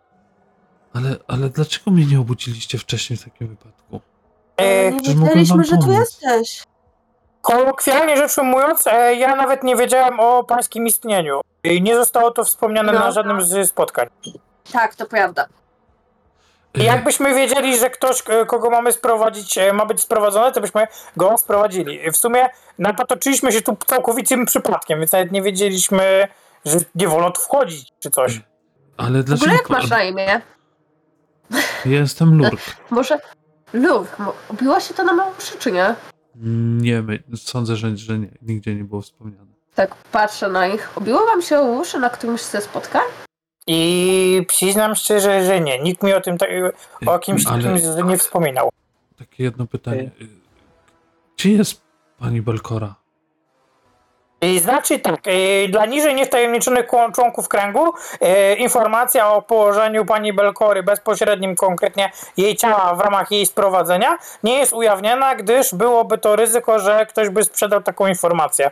A: Ale dlaczego mnie nie obudziliście wcześniej w takim wypadku?
F: Nie
A: Że mogłem
F: wiedzieliśmy,
A: wam
F: że tu
A: pomóc.
F: jesteś.
E: Kolokwialnie rzecz ujmując, ja nawet nie wiedziałem o pańskim istnieniu. I nie zostało to wspomniane
F: No.
E: na żadnym z spotkań.
F: Tak, to prawda.
E: I jakbyśmy wiedzieli, że ktoś, kogo mamy sprowadzić, ma być sprowadzony, to byśmy go sprowadzili. W sumie napatoczyliśmy się tu całkowitym przypadkiem, więc nawet nie wiedzieliśmy, że nie wolno tu wchodzić, czy coś.
A: Ale
F: W ogóle
A: dlaczego?
F: jak masz na imię?
A: Ja jestem Lurk.
F: Może... Lub, obiło się to na małą czy nie?
A: Nie, sądzę, że nie, nigdzie nie było wspomniane.
F: Tak patrzę na ich. Obiło wam się o uszy na którymś ze spotkań?
E: I przyznam szczerze, że nie. Nikt mi o tym o kimś
A: Ale-
E: takim nie wspominał.
A: Takie jedno pytanie. Gdzie jest pani Belkora?
E: I znaczy tak, dla niżej niewtajemniczonych członków kręgu informacja o położeniu pani Belkory, bezpośrednim konkretnie jej ciała w ramach jej sprowadzenia, nie jest ujawniana, gdyż byłoby to ryzyko, że ktoś by sprzedał taką informację.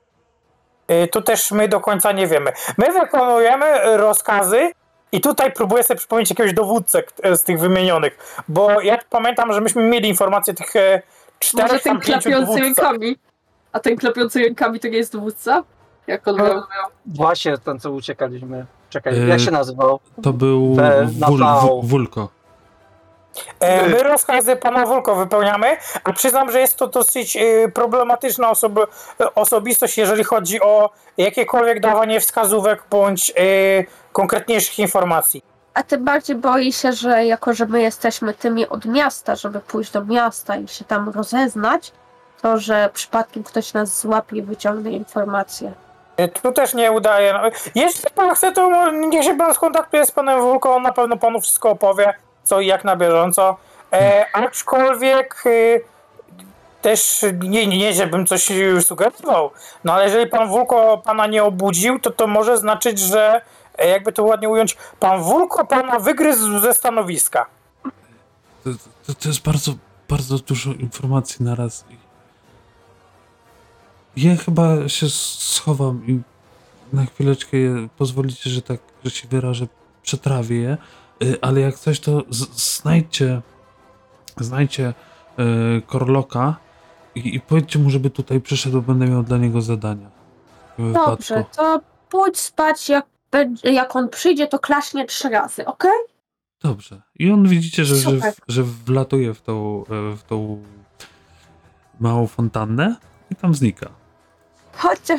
E: Tu też my do końca nie wiemy. My wykonujemy rozkazy i tutaj próbuję sobie przypomnieć jakiegoś dowódcę z tych wymienionych, bo ja pamiętam, że myśmy mieli informację tych
F: Może
E: czterech
F: ten
E: tam pięciu
F: klapiący
E: dowódcach.
F: rękami? A ten klapiący rękami to nie jest dowódca? Jak on miał?
D: Właśnie ten, co uciekaliśmy. Czekaj, jak się nazywał?
A: To był
D: Na V.
A: Wulko.
E: My rozkazy pana Wulko wypełniamy, a przyznam, że jest to dosyć problematyczna osobistość, jeżeli chodzi o jakiekolwiek dawanie wskazówek bądź konkretniejszych informacji.
F: A tym bardziej boi się, że jako, że my jesteśmy tymi od miasta, żeby pójść do miasta i się tam rozeznać, to że przypadkiem ktoś nas złapie i wyciągnie informacje.
E: Tu też nie udaje. No, jeśli pan chce, to niech się pan skontaktuje z panem Wulką, on na pewno panu wszystko opowie, co i jak na bieżąco. Aczkolwiek też nie, żebym coś sugerował, no ale jeżeli pan Wulko pana nie obudził, to może znaczyć, że jakby to ładnie ująć, pan Wulko pana wygryzł ze stanowiska.
A: To jest bardzo, bardzo dużo informacji na raz. Ja chyba się schowam i na chwileczkę pozwolicie, że się wyrażę, przetrawię je, ale jak coś, to znajdźcie Korloka i powiedzcie mu, żeby tutaj przyszedł, będę miał dla niego zadania. W
F: Dobrze,
A: wypadku.
F: to pójdź spać, jak on przyjdzie, to klaśnie 3 razy, okej?
A: Dobrze. I on widzicie,
F: Super.
A: że wlatuje w tą małą fontannę i tam znika.
F: Chodźcie.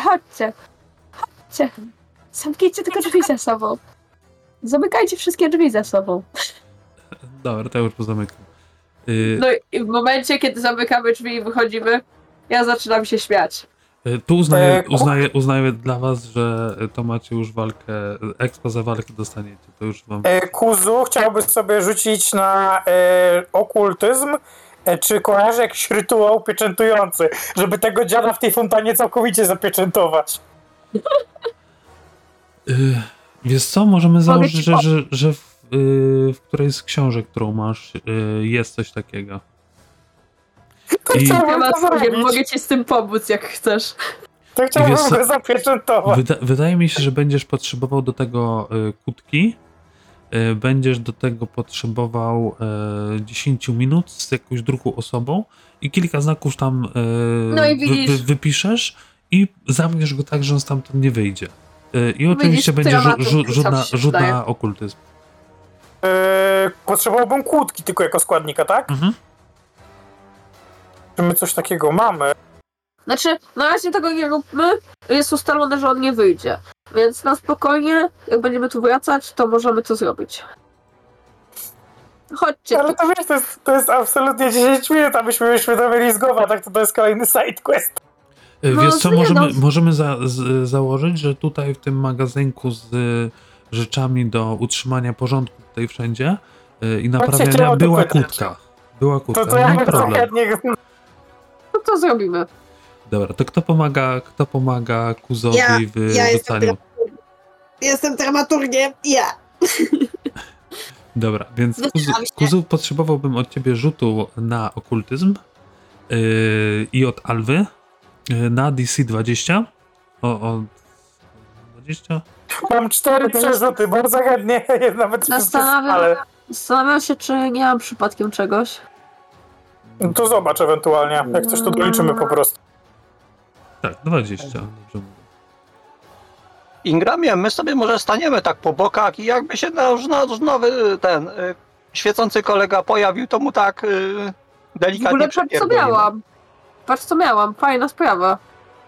F: Zamknijcie tylko drzwi za sobą. Zamykajcie wszystkie drzwi za sobą.
A: Dobra, to ja już pozamykam.
F: No i w momencie, kiedy zamykamy drzwi i wychodzimy, ja zaczynam się śmiać.
A: Tu uznaję dla was, że to macie już walkę, expo za walkę dostaniecie. To już wam...
E: Kuzu chciałby sobie rzucić na okultyzm, czy kojarzy jakiś rytuał pieczętujący, żeby tego dziada w tej fontannie całkowicie zapieczętować.
A: Wiesz co, możemy założyć,
F: ci
A: że w którejś z książek, którą masz, jest coś takiego.
E: To
A: I-
E: chciałbym
F: Ja
E: to zrobić.
F: mogę ci z tym pomóc, jak chcesz.
E: To chciałbym
A: wiesz co?
E: go zapieczętować.
A: Wydaje mi się, że będziesz potrzebował do tego kłódki, będziesz do tego potrzebował 10 minut z jakąś drugą osobą i kilka znaków tam
F: No i widzisz.
A: wypiszesz i zamkniesz go tak, że on stamtąd nie wyjdzie. I oczywiście
F: Widzisz,
A: będzie
F: dramatu, co się
A: rzut
F: wydaje.
A: na okultyzm.
E: Potrzebowałbym kłódki tylko jako składnika, tak?
A: Mhm.
E: Czy my coś takiego mamy?
F: Znaczy, na razie tego nie róbmy. Jest ustalone, że on nie wyjdzie. Więc na spokojnie, jak będziemy tu wracać, to możemy to zrobić. Chodźcie.
E: Ale to wiesz, to jest absolutnie 10 minut, abyśmy to mieli z głowy, a tak to jest kolejny side quest.
F: No,
A: Wiesz co,
F: nie,
A: możemy założyć, że tutaj w tym magazynku z rzeczami do utrzymania porządku tutaj wszędzie i naprawiania
E: chciałem
A: była
E: dopytać.
A: kłódka. Była kłódka,
E: To ja
A: nie ma
E: bardzo
A: problemu.
E: chętnie...
F: No to zrobimy.
A: Dobra, to kto pomaga Kuzowi
G: Ja
A: w
G: jestem
A: rzucaniu?
G: Jestem dramaturgiem, ja.
A: Dobra, więc
G: Zaczynam się.
A: Kuzu, potrzebowałbym od ciebie rzutu na okultyzm i od Alwy na DC 20. O 20?
E: Mam 4 przerzuty, bardzo chętnie, nawet
F: Zastanawiam się, czy nie mam przypadkiem czegoś.
E: No to zobacz ewentualnie, jak coś to doliczymy po prostu.
A: Tak, 20. Dobrze mówię.
D: Ingramie, my sobie może staniemy tak po bokach i jakby się nasz nowy ten świecący kolega pojawił, to mu tak
F: W
D: delikatnie
F: ogóle patrz co
D: przypierdolimy.
F: miałam. Patrz co miałam, fajna sprawa.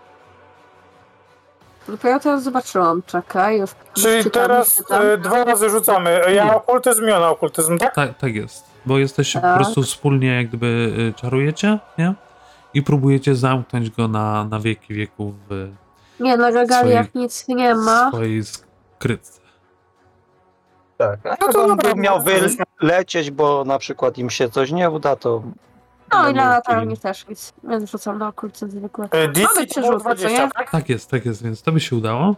F: Dopiero teraz zobaczyłam, czekaj. Już
E: Czyli
F: czytam,
E: teraz
F: czytam.
E: 2 razy rzucamy. Ja okultyzm, Jona okultyzm, tak?
A: Tak jest, bo jesteście po
F: Tak.
A: prostu wspólnie jak gdyby czarujecie, nie? I próbujecie zamknąć go na wieki wieków w
F: Nie, na regaliach
A: swojej-
F: nic nie ma.
A: swojej skrytce.
D: Tak, a
E: No
D: jak
E: to
D: on
E: dobra,
D: by miał
E: no.
D: wylecieć, bo na przykład im się coś nie uda, to...
F: No i
D: będą
F: na
D: chcieli.
F: latarni też nic. Więc rzucam na okultyzm zwykle.
E: DC
F: Mamy
E: to było
F: przerzutę, co
E: 20,
F: nie?
E: tak?
A: Tak jest, więc to by się udało.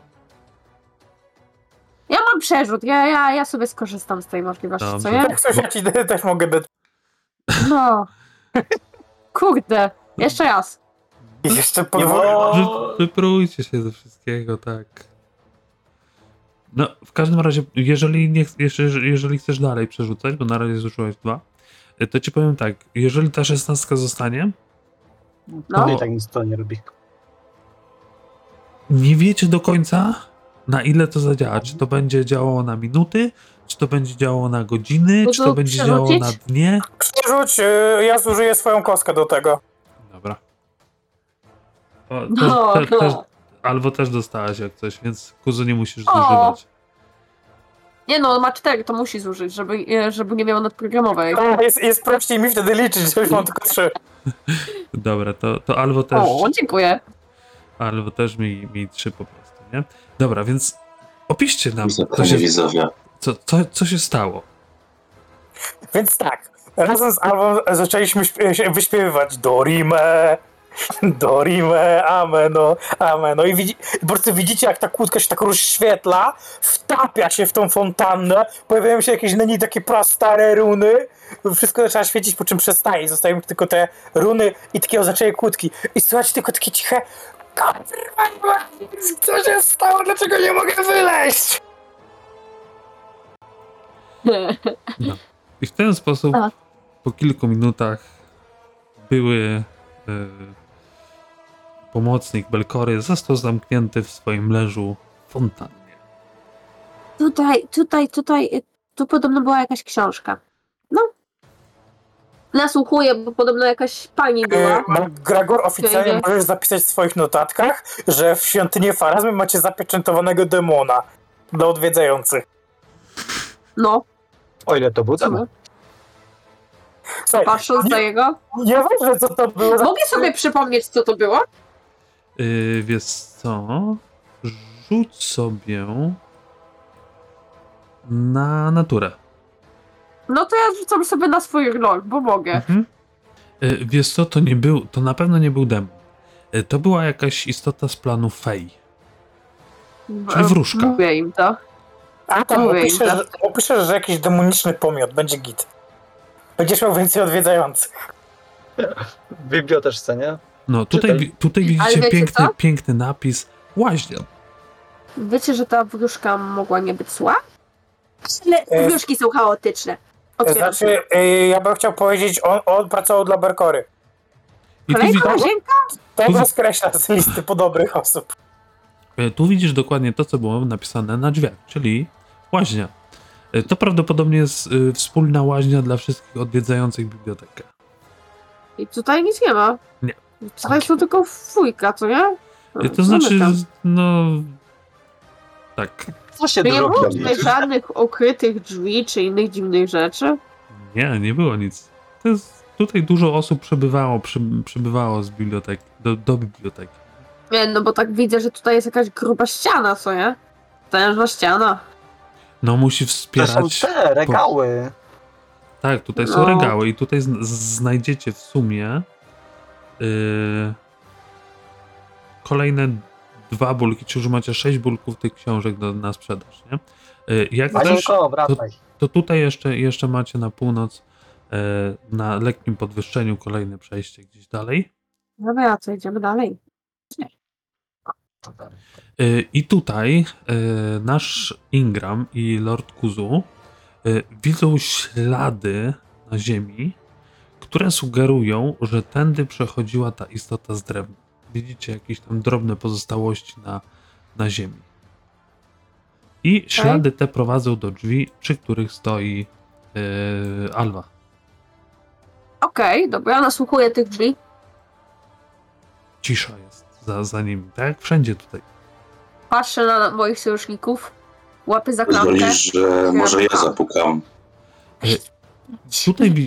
F: Ja mam przerzut, ja sobie skorzystam z tej możliwości, co
A: Dobrze.
F: nie?
E: Jak coś ja ci też mogę dać.
F: No. Kurde. Jeszcze raz.
E: I jeszcze
D: Nie
E: podwójnie.
A: Wyprójcie się ze wszystkiego, tak. No, w każdym razie, jeżeli chcesz dalej przerzucać, bo na razie zużyłeś 2, to ci powiem tak, jeżeli ta 16 zostanie,
F: No.
D: No i tak nic to nie robi.
A: nie wiecie do końca, na ile to zadziała. Czy to będzie działało na minuty, Czy to będzie działało na godziny,
F: No
A: czy to
F: to
A: będzie działało na
F: przerzucić?
A: dnie?
E: Przerzuć, ja zużyję swoją kostkę do tego.
A: Dobra. O,
F: No,
A: też,
F: no.
A: albo też dostałaś jak coś, więc kuzu nie musisz
F: O.
A: zużywać.
F: Nie no, ma 4, to musi zużyć, żeby nie miał nadprogramowej.
E: Jest prościej mi wtedy liczyć, że już mam tylko 3.
A: Dobra, to albo też,
F: O, dziękuję.
A: albo też mi 3 po prostu, nie? Dobra, więc opiszcie nam,
B: Panie widzowie.
A: co się stało.
E: Więc tak, razem z Alwą zaczęliśmy wyśpiewywać Dorime, Dorime, ameno, ameno. I po prostu widzicie, jak ta kłódka się tak rozświetla, wtapia się w tą fontannę, pojawiają się jakieś na niej takie prastare runy, wszystko zaczyna świecić, po czym przestaje. Zostają tylko te runy i takie oznaczenie kłódki. I słuchajcie tylko takie ciche, kurwa, co się stało, dlaczego nie mogę wyleźć?
A: No. I w ten sposób
F: A.
A: po kilku minutach były pomocnik Belkory został zamknięty w swoim leżu w fontannie.
F: Tu podobno była jakaś książka. No. Nasłuchuję, bo podobno jakaś pani była.
E: Gregor, oficjalnie
F: Idzie.
E: możesz zapisać w swoich notatkach, że w świątyni Farazmy macie zapieczętowanego demona dla odwiedzających.
F: No,
D: O ile to był demon.
E: Słuchaj,
F: patrząc na jego.
E: nieważne co to było.
F: Mogę sobie przypomnieć, co to było?
A: Wiesz co? Rzuć sobie na naturę.
F: No to ja rzucam sobie na swój log, bo mogę.
A: Mhm. Wiesz co, to na pewno nie był demon. To była jakaś istota z planu Fey. Czyli wróżka.
F: Mówię im to.
E: A tam
F: Mówię im to.
E: opiszesz, że jakiś demoniczny pomiot, będzie git. Będziesz miał więcej odwiedzających.
D: W biblioteczce, nie?
A: No,
D: Czytaj.
A: tutaj
F: Ale
A: widzicie
F: wiecie co?
A: piękny napis łaźnia.
F: Wiecie, że ta wróżka mogła nie być zła? Ale wróżki są chaotyczne. Otwieram.
E: Znaczy, ja bym chciał powiedzieć, on pracował dla Berkory.
A: I tu,
F: Kolejna łazienka?
E: Tego skreśla z listy podobnych osób.
A: tu widzisz dokładnie to, co było napisane na drzwiach, czyli łaźnia. To prawdopodobnie jest wspólna łaźnia dla wszystkich odwiedzających bibliotekę.
F: I tutaj nic nie ma.
A: Nie.
F: Tutaj są tylko fujka, co nie?
A: To znaczy,
F: Zamykam.
A: no... Tak.
D: Co się
F: Nie
D: dużo
F: było
D: robi?
F: tutaj żadnych ukrytych drzwi czy innych dziwnych rzeczy.
A: Nie było nic. Tutaj dużo osób przybywało z biblioteki, do biblioteki.
F: Nie, no bo tak widzę, że tutaj jest jakaś gruba ściana, co nie? Tężna ściana.
A: No musi
D: To
A: wspierać...
D: są te regały.
A: Tak, tutaj są
F: No.
A: regały i tutaj znajdziecie w sumie kolejne 2 bulki, czyli już macie 6 bulków tych książek na sprzedaż, nie? Jak też,
D: Łazienko, wracaj.
A: to tutaj jeszcze macie na północ na lekkim podwyższeniu kolejne przejście gdzieś dalej.
F: Dobra, co idziemy dalej?
A: I tutaj nasz Ingram i Lord Kuzu widzą ślady na ziemi, które sugerują, że tędy przechodziła ta istota z drewna. Widzicie jakieś tam drobne pozostałości na ziemi. I ślady te prowadzą do drzwi, przy których stoi Alwa.
F: Okej, dobra, nasłuchuję tych drzwi.
A: Cisza jest za nimi, tak jak wszędzie tutaj.
F: Patrzę na moich sojuszników. Łapy za klamkę.
B: Pozwolisz, że może ja zapukam.
A: Tutaj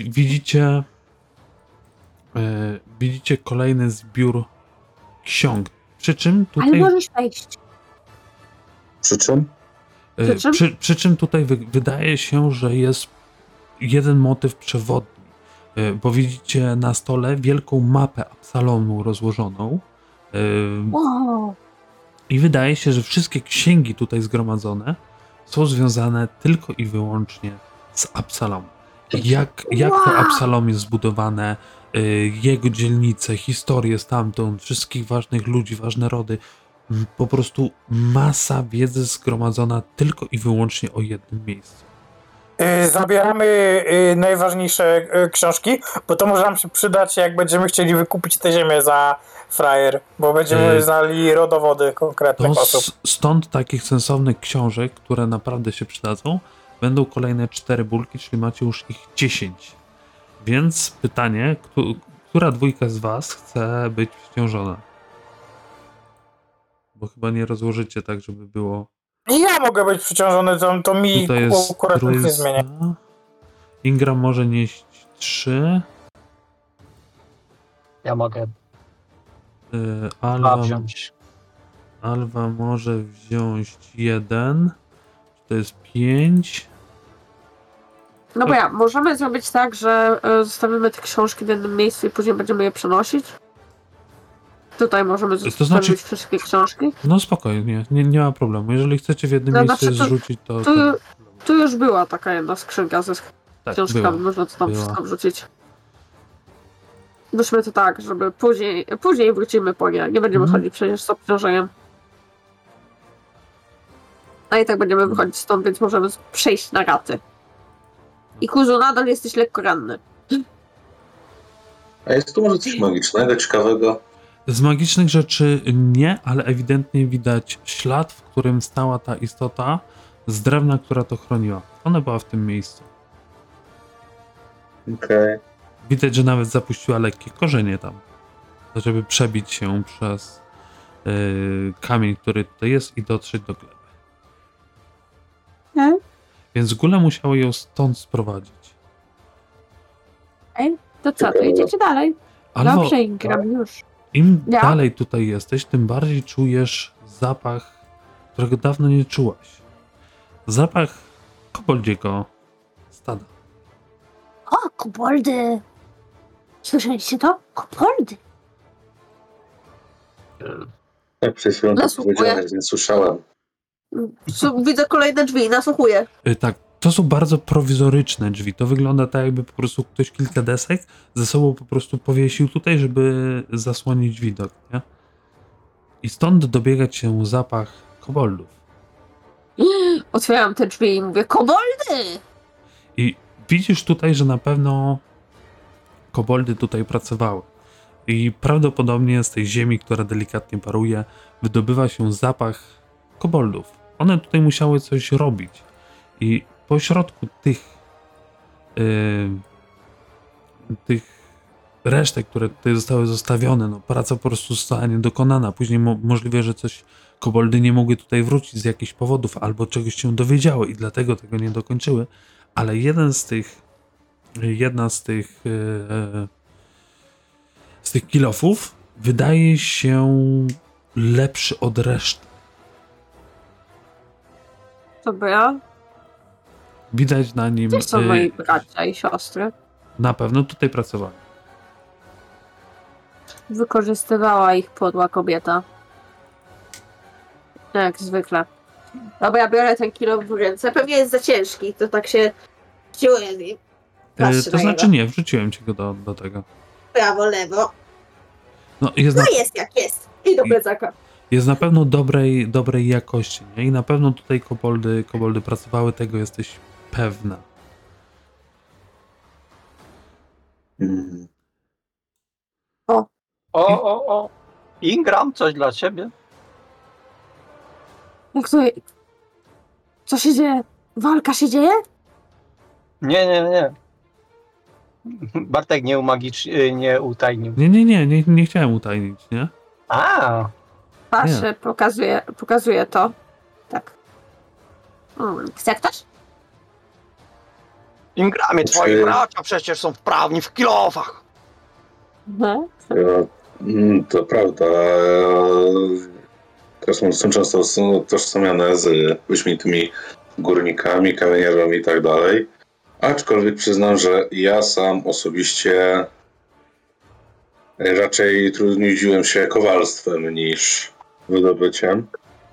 A: widzicie kolejny zbiór ksiąg. Przy czym
F: Ale
A: tutaj,
F: możesz wejść.
B: Przy czym?
F: przy czym?
A: przy czym tutaj wydaje się, że jest jeden motyw przewodni. Bo widzicie na stole wielką mapę Absalomu rozłożoną.
F: Wow.
A: I wydaje się, że wszystkie księgi tutaj zgromadzone są związane tylko i wyłącznie z Absalom. Jak to Absalom jest zbudowane, jego dzielnice, historie stamtąd, wszystkich ważnych ludzi, ważne rody. Po prostu masa wiedzy zgromadzona tylko i wyłącznie o jednym miejscu.
E: Zabieramy najważniejsze książki, bo to może nam się przydać, jak będziemy chcieli wykupić tę ziemię za frajer, bo będziemy znali rodowody konkretnych osób.
A: Stąd takich sensownych książek, które naprawdę się przydadzą, będą kolejne 4 bulki, czyli macie już ich 10. Więc pytanie, która dwójka z was chce być przeciążona? Bo chyba nie rozłożycie tak, żeby było...
E: Ja mogę być przyciążony, to mi
A: Tutaj jest
E: akurat nic nie zmienia.
A: trójka. Ingram może nieść 3.
D: Ja mogę
A: Alwa,
D: wziąć.
A: Alwa może wziąć 1. To jest 5.
F: No bo możemy zrobić tak, że zostawimy te książki w jednym miejscu i później będziemy je przenosić. Tutaj możemy zostawić
A: znaczy-
F: wszystkie książki.
A: No spokojnie, nie ma problemu. Jeżeli chcecie w jednym
F: No,
A: miejscu je
F: znaczy
A: zrzucić, to...
F: Tu już była taka jedna skrzynka ze
A: tak,
F: książkami,
A: było.
F: można to tam
A: była.
F: wszystko wrzucić. Zróbmy to tak, żeby później wrócimy po nie. Nie będziemy chodzić przecież z obciążeniem. A i tak będziemy wychodzić stąd, więc możemy przejść na raty. I Kuzu, nadal jesteś lekko ranny.
B: A jest tu może coś magicznego, ciekawego?
A: Z magicznych rzeczy nie, ale ewidentnie widać ślad, w którym stała ta istota z drewna, która to chroniła. Ona była w tym miejscu.
B: Okej.
A: Widać, że nawet zapuściła lekkie korzenie tam, żeby przebić się przez kamień, który tutaj jest i dotrzeć do gleby. Więc góle musiały ją stąd sprowadzić.
F: To co, to idziecie dalej?
A: Albo
F: Dobrze, Ingram, już.
A: im
F: Ja?
A: dalej tutaj jesteś, tym bardziej czujesz zapach, którego dawno nie czułaś. Zapach koboldziego stada.
H: O, koboldy! Słyszeliście to? Koboldy!
B: Tak, przed chwilą to
F: Nasłuchuję.
B: powiedziałeś, więc słyszałem.
F: Widzę kolejne drzwi, nasłuchuję.
A: Tak, to są bardzo prowizoryczne drzwi. To wygląda tak, jakby po prostu ktoś kilka desek ze sobą po prostu powiesił tutaj, żeby zasłonić widok, nie? I stąd dobiega się zapach koboldów.
F: Otwieram te drzwi i mówię, koboldy!
A: I widzisz tutaj, że na pewno koboldy tutaj pracowały. I prawdopodobnie z tej ziemi, która delikatnie paruje, wydobywa się zapach koboldów. One tutaj musiały coś robić. I pośrodku tych resztek, które tutaj zostały zostawione, no praca po prostu została niedokonana. Później możliwe, że coś koboldy nie mogły tutaj wrócić z jakichś powodów, albo czegoś się dowiedziały i dlatego tego nie dokończyły. Ale jedna z tych kilofów wydaje się lepszy od reszty.
F: Dobra.
A: Widać na nim...
F: Gdzie są moi bracia i siostry?
A: Na pewno tutaj pracowali.
F: Wykorzystywała ich podła kobieta. Jak zwykle. Dobra, biorę ten kilo w ręce. Pewnie jest za ciężki, to tak się wciąłem z nim. Patrzę
A: To
F: na
A: znaczy
F: niego.
A: nie, wrzuciłem ci go do tego.
F: Prawo, lewo.
A: No, jest,
F: No jest jak jest. I do plecaka.
A: jest na pewno dobrej jakości, nie? I na pewno tutaj koboldy pracowały, tego jesteś pewna.
B: Mhm.
D: O. Ingram, coś dla ciebie?
F: Jak to... Co się dzieje? Walka się dzieje?
D: Nie. Bartek nie utajnił.
A: Nie chciałem utajnić, nie?
D: A,
F: Patrzę, pokazuję to. Tak. Chce ktoś?
D: Ingramie, twoi
B: Czy-
D: bracia przecież są wprawni w kilofach.
F: No.
B: To prawda. Krasnoludy są często tożsamiane z wyśmienitymi górnikami, kamieniarzami i tak dalej. Aczkolwiek przyznam, że ja sam osobiście raczej trudziłem się kowalstwem niż wydobyciem.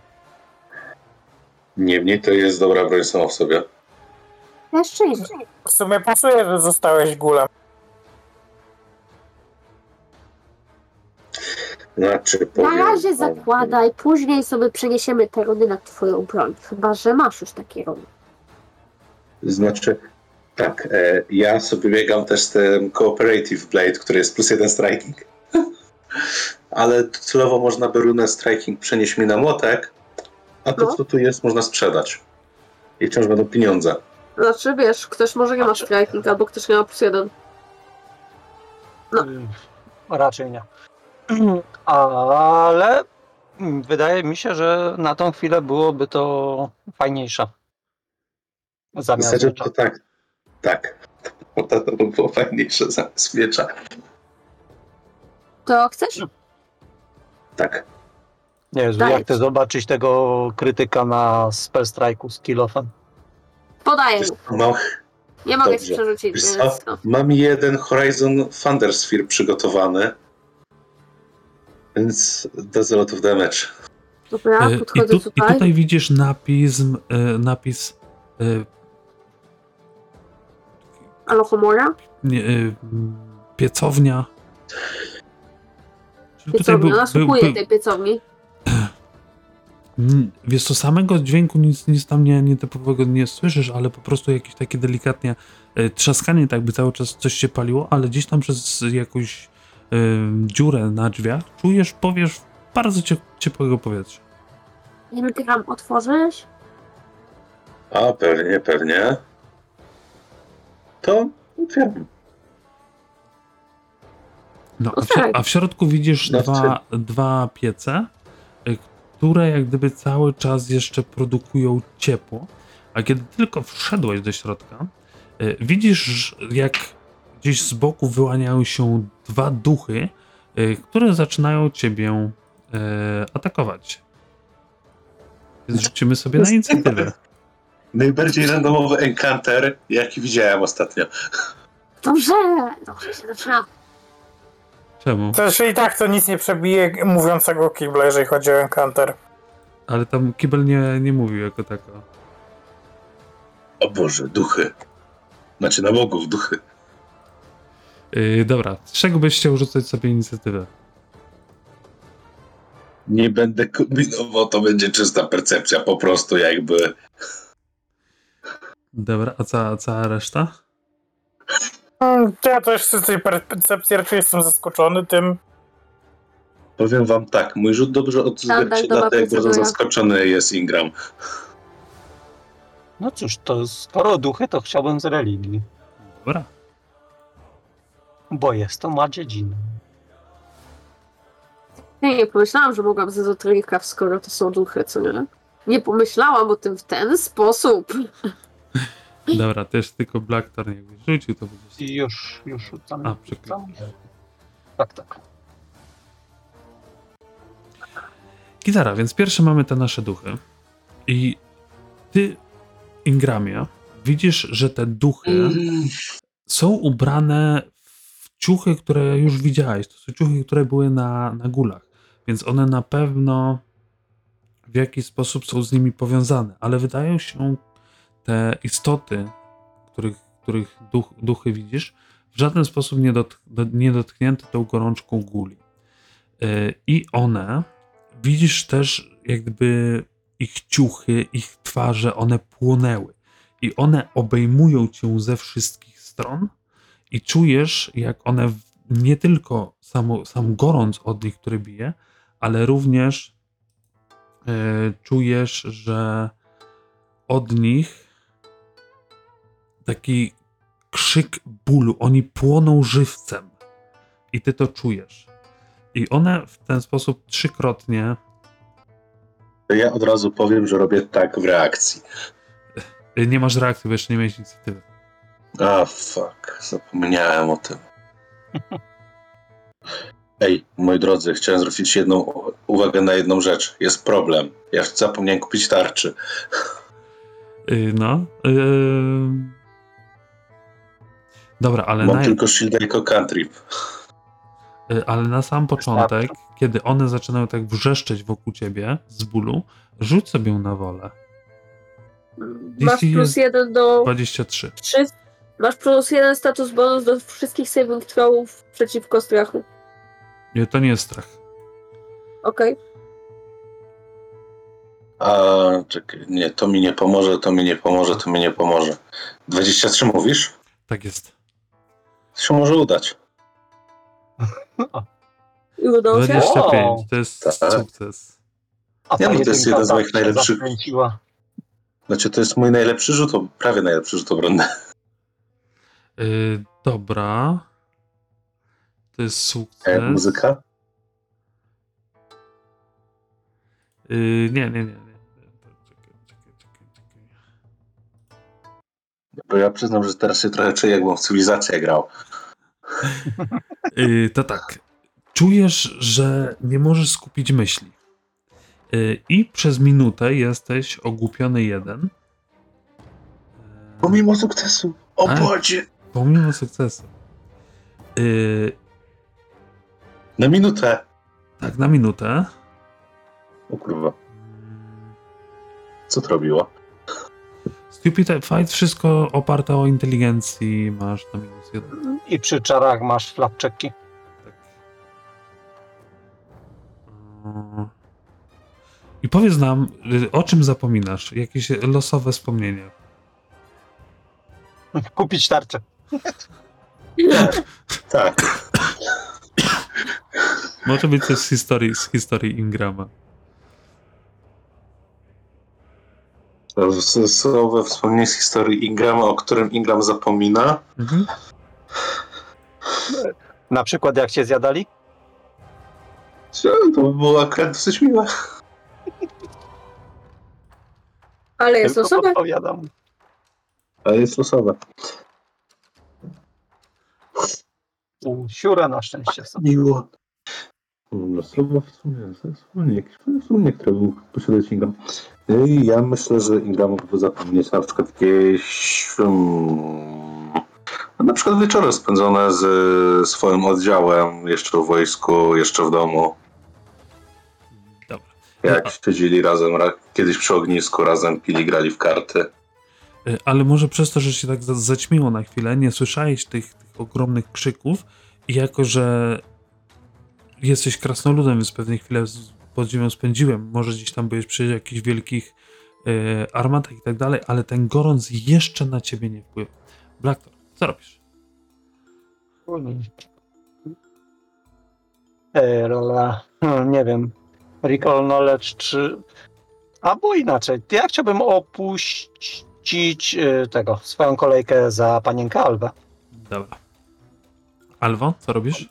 B: Niemniej to jest dobra broń sama w sobie.
H: Jeszcze inny.
E: W sumie pasuje, że zostałeś gulem.
B: Znaczy,
H: Na
B: powiem
H: razie
B: wam-
H: zakładaj, później sobie przeniesiemy te runy na twoją broń. Chyba, że masz już takie runy.
B: Znaczy, tak, ja sobie biegam też z tym Cooperative Blade, który jest +1 striking. Ale celowo można by runę striking przenieść mi na młotek, a to,
H: No.
B: co tu jest, można sprzedać. I wciąż będą pieniądze.
F: Znaczy, wiesz, ktoś może nie ma striking, albo ktoś nie ma +1. No.
D: Raczej nie. Ale wydaje mi się, że na tą chwilę byłoby to fajniejsze.
B: W
D: Zamiast
B: zasadzie
D: miecza.
B: to tak. Tak. To by było fajniejsze zamiast miecza.
F: To chcesz?
B: Tak.
D: Jezu,
F: Dajesz.
D: jak chcę zobaczyć tego krytyka na Spell Strike'u z Kilofem.
F: Podaję.
B: Mam,
F: Nie mogę
B: dobrze.
F: ci przerzucić,
B: Wiesz
F: więc
B: co?
F: no.
B: Mam jeden Horizon Thunder Sphere przygotowany. Więc does a lot of damage.
F: Dobra,
A: I
F: podchodzę
A: I
F: tutaj.
A: tutaj widzisz napis
F: Alohomora?
A: nie, piecownia. Czyli
F: Piecownia, nasłuchuję tej piecowni.
A: Wiesz co, samego dźwięku nic tam nietypowego nie słyszysz, ale po prostu jakieś takie delikatnie trzaskanie, tak by cały czas coś się paliło, ale gdzieś tam przez jakąś dziurę na drzwiach czujesz powiew bardzo ciepłego powietrza.
H: Ingram, otworzysz?
B: A, pewnie. To wiem.
A: No,
F: Otwieraj.
A: a w środku widzisz
B: Znaczy-
A: dwa piece, które jak gdyby cały czas jeszcze produkują ciepło, a kiedy tylko wszedłeś do środka, widzisz, jak gdzieś z boku wyłaniają się dwa duchy, które zaczynają ciebie atakować. Więc rzucimy sobie na inicjatywę.
B: Najbardziej randomowy encounter, jaki widziałem ostatnio.
H: Dobrze się zaczyna.
A: Czemu?
E: Też i tak to nic nie przebije mówiącego kibla, jeżeli chodzi o encounter.
A: Ale tam kibel nie mówił jako tako.
B: O Boże, duchy. Znaczy na bogów, duchy.
A: Dobra, z czego byś chciał rzucać sobie inicjatywę?
B: Nie będę kombinował, to będzie czysta percepcja, po prostu jakby.
A: Dobra, a cała reszta?
E: To ja też z tej percepcji raczej jestem zaskoczony tym.
B: Powiem wam tak, mój rzut dobrze odzwierciedla to, jak bardzo
F: procedura.
B: zaskoczony jest Ingram.
D: No cóż, to skoro duchy, to chciałbym z religii.
A: Dobra.
D: Bo jest to ma dziedzinę.
F: Nie pomyślałam, że mogłam z ezoterika, skoro to są duchy, co nie? Nie pomyślałam o tym w ten sposób.
A: Dobra, też tylko Blackthorn jakbyś rzucił, to będzie...
D: I już rzucam.
A: A, przykro.
D: Tak.
A: Gitara, więc pierwsze mamy te nasze duchy. I ty, Ingramie, widzisz, że te duchy są ubrane w ciuchy, które już widziałeś. To są ciuchy, które były na gulach. Więc one na pewno w jakiś sposób są z nimi powiązane. Ale wydają się te istoty, których duchy widzisz, w żaden sposób nie dotknięte tą gorączką guli. I one, widzisz też jak gdyby ich ciuchy, ich twarze, one płonęły. I one obejmują cię ze wszystkich stron i czujesz, jak one nie tylko sam gorąc od nich, który bije, ale również czujesz, że od nich taki krzyk bólu. Oni płoną żywcem. I ty to czujesz. I one w ten sposób trzykrotnie...
B: Ja od razu powiem, że robię tak w reakcji.
A: Nie masz reakcji, bo jeszcze nie miałeś inicjatywy.
B: A, fuck. Zapomniałem o tym. Ej, moi drodzy, chciałem zwrócić uwagę na jedną rzecz. Jest problem. Ja zapomniałem kupić tarczy.
A: Dobra, ale
B: Mam tylko shielda jako cantrip.
A: ale na sam początek, kiedy one zaczynają tak wrzeszczeć wokół ciebie z bólu, rzuć sobie na wolę.
F: Masz +1 do
A: 23.
F: Masz +1 status bonus do wszystkich saving throwów przeciwko strachu.
A: Nie, to nie jest strach.
F: Okej.
B: A, czekaj, nie, to mi nie pomoże, to mi nie pomoże, to mi nie pomoże. 23 mówisz?
A: Tak jest.
B: To się może udać.
F: I udało się?
A: 25,
D: Wow.
A: to jest
B: Tak.
A: sukces.
D: A
B: Nie,
D: ta
B: no to jest
D: jedynka
B: jeden z moich
D: tak się
B: najlepszych.
D: zakręciła.
B: Znaczy, to jest mój najlepszy rzut, prawie najlepszy rzut obronny.
A: Dobra. To jest sukces.
B: Muzyka?
A: Nie. Czekaj.
B: Bo ja przyznam, że teraz się trochę czuję, jakbym w Cywilizację grał.
A: To tak. Czujesz, że nie możesz skupić myśli. I przez minutę jesteś ogłupiony 1.
B: Pomimo sukcesu. O
A: Tak.
B: Boże!
A: Pomimo sukcesu.
B: Na minutę.
A: Tak, na minutę.
B: O kurwa. Co to robiło?
A: Stupid Fight, wszystko oparte o inteligencji, masz na -1.
D: I przy czarach masz flapczeki.
A: Tak. I powiedz nam, o czym zapominasz? Jakieś losowe wspomnienia.
D: Kupić tarczę.
B: Tak.
A: Może być coś z historii Ingrama.
B: Słowe wspomnienie z historii Ingrama, o którym Ingram zapomina.
A: Mhm.
D: Na przykład jak cię zjadali?
B: To by było akurat dosyć miłe.
F: Ale jest
D: Tylko
F: osoba.
D: podpowiadam.
B: Ale jest losowe.
D: Siura na szczęście są.
B: Miło. Losowe wspomnienie, które był posiadać Ingram. I ja myślę, że Ingram mógłby zapomnieć na przykład jakieś na przykład wieczory spędzone z swoim oddziałem, jeszcze w wojsku, jeszcze w domu.
A: Dobra.
B: Jak siedzieli razem, kiedyś przy ognisku, razem pili, grali w karty.
A: Ale może przez to, że się tak zaćmiło na chwilę, nie słyszałeś tych ogromnych krzyków i jako, że jesteś krasnoludem, więc pewnie chwilę pod ziemią spędziłem, może gdzieś tam byłeś przy jakichś wielkich armatach i tak dalej, ale ten gorąc jeszcze na ciebie nie wpływa. Blackthorn, co robisz?
D: Nie wiem. Recall knowledge czy... Albo inaczej. Ja chciałbym opuścić swoją kolejkę za panienkę Alwę.
A: Dobra. Alwo, co robisz?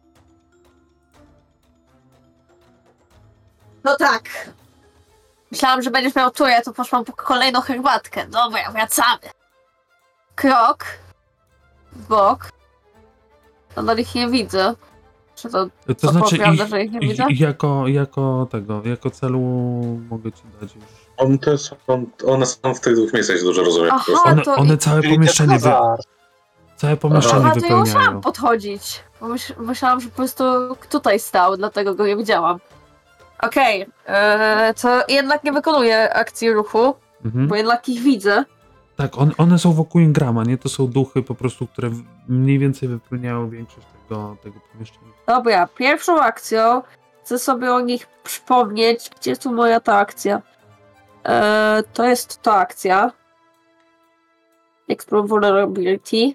C: No tak. Myślałam, że będziesz miał czuję, to poszłam po kolejną herbatkę. Dobra, wracamy. Krok. W bok. Nadal ich nie widzę. Czy to
A: To znaczy
C: prawda, że ich nie widzę?
A: jako celu mogę ci dać już.
B: One są w tych dwóch miejscach, dużo rozumiem.
C: Aha, to
A: One całe
D: Czyli
A: pomieszczenie,
D: to jest hazard.
A: całe pomieszczenie
C: Aha, to ja musiałam
A: wypełniają.
C: podchodzić. Bo myślałam, że po prostu tutaj stał, dlatego go nie widziałam. Okej, to jednak nie wykonuję akcji ruchu,
A: Mhm.
C: bo jednak ich widzę.
A: Tak, one są wokół Ingrama, nie? To są duchy po prostu, które mniej więcej wypełniają większość tego pomieszczenia.
C: Dobra, pierwszą akcją chcę sobie o nich przypomnieć, gdzie tu moja ta akcja. To jest ta akcja. Explore Vulnerability.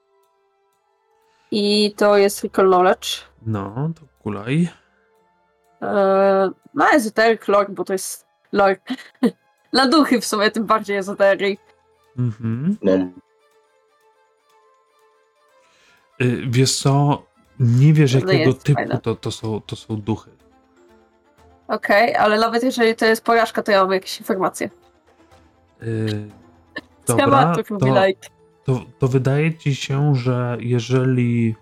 C: I to jest Recall Knowledge.
A: No, to kulaj.
C: Na Esoteric Lore, bo to jest lore. Na duchy w sumie, tym bardziej Esoteric.
A: Mhm.
B: No,
A: Wiesz co, nie wiesz
C: No
A: jakiego
C: jest
A: typu
C: fajne.
A: to są duchy.
C: Okej, ale nawet jeżeli to jest porażka, to ja mam jakieś informacje.
A: Dobra,
C: Schematów lubi like.
A: to wydaje ci się, że jeżeli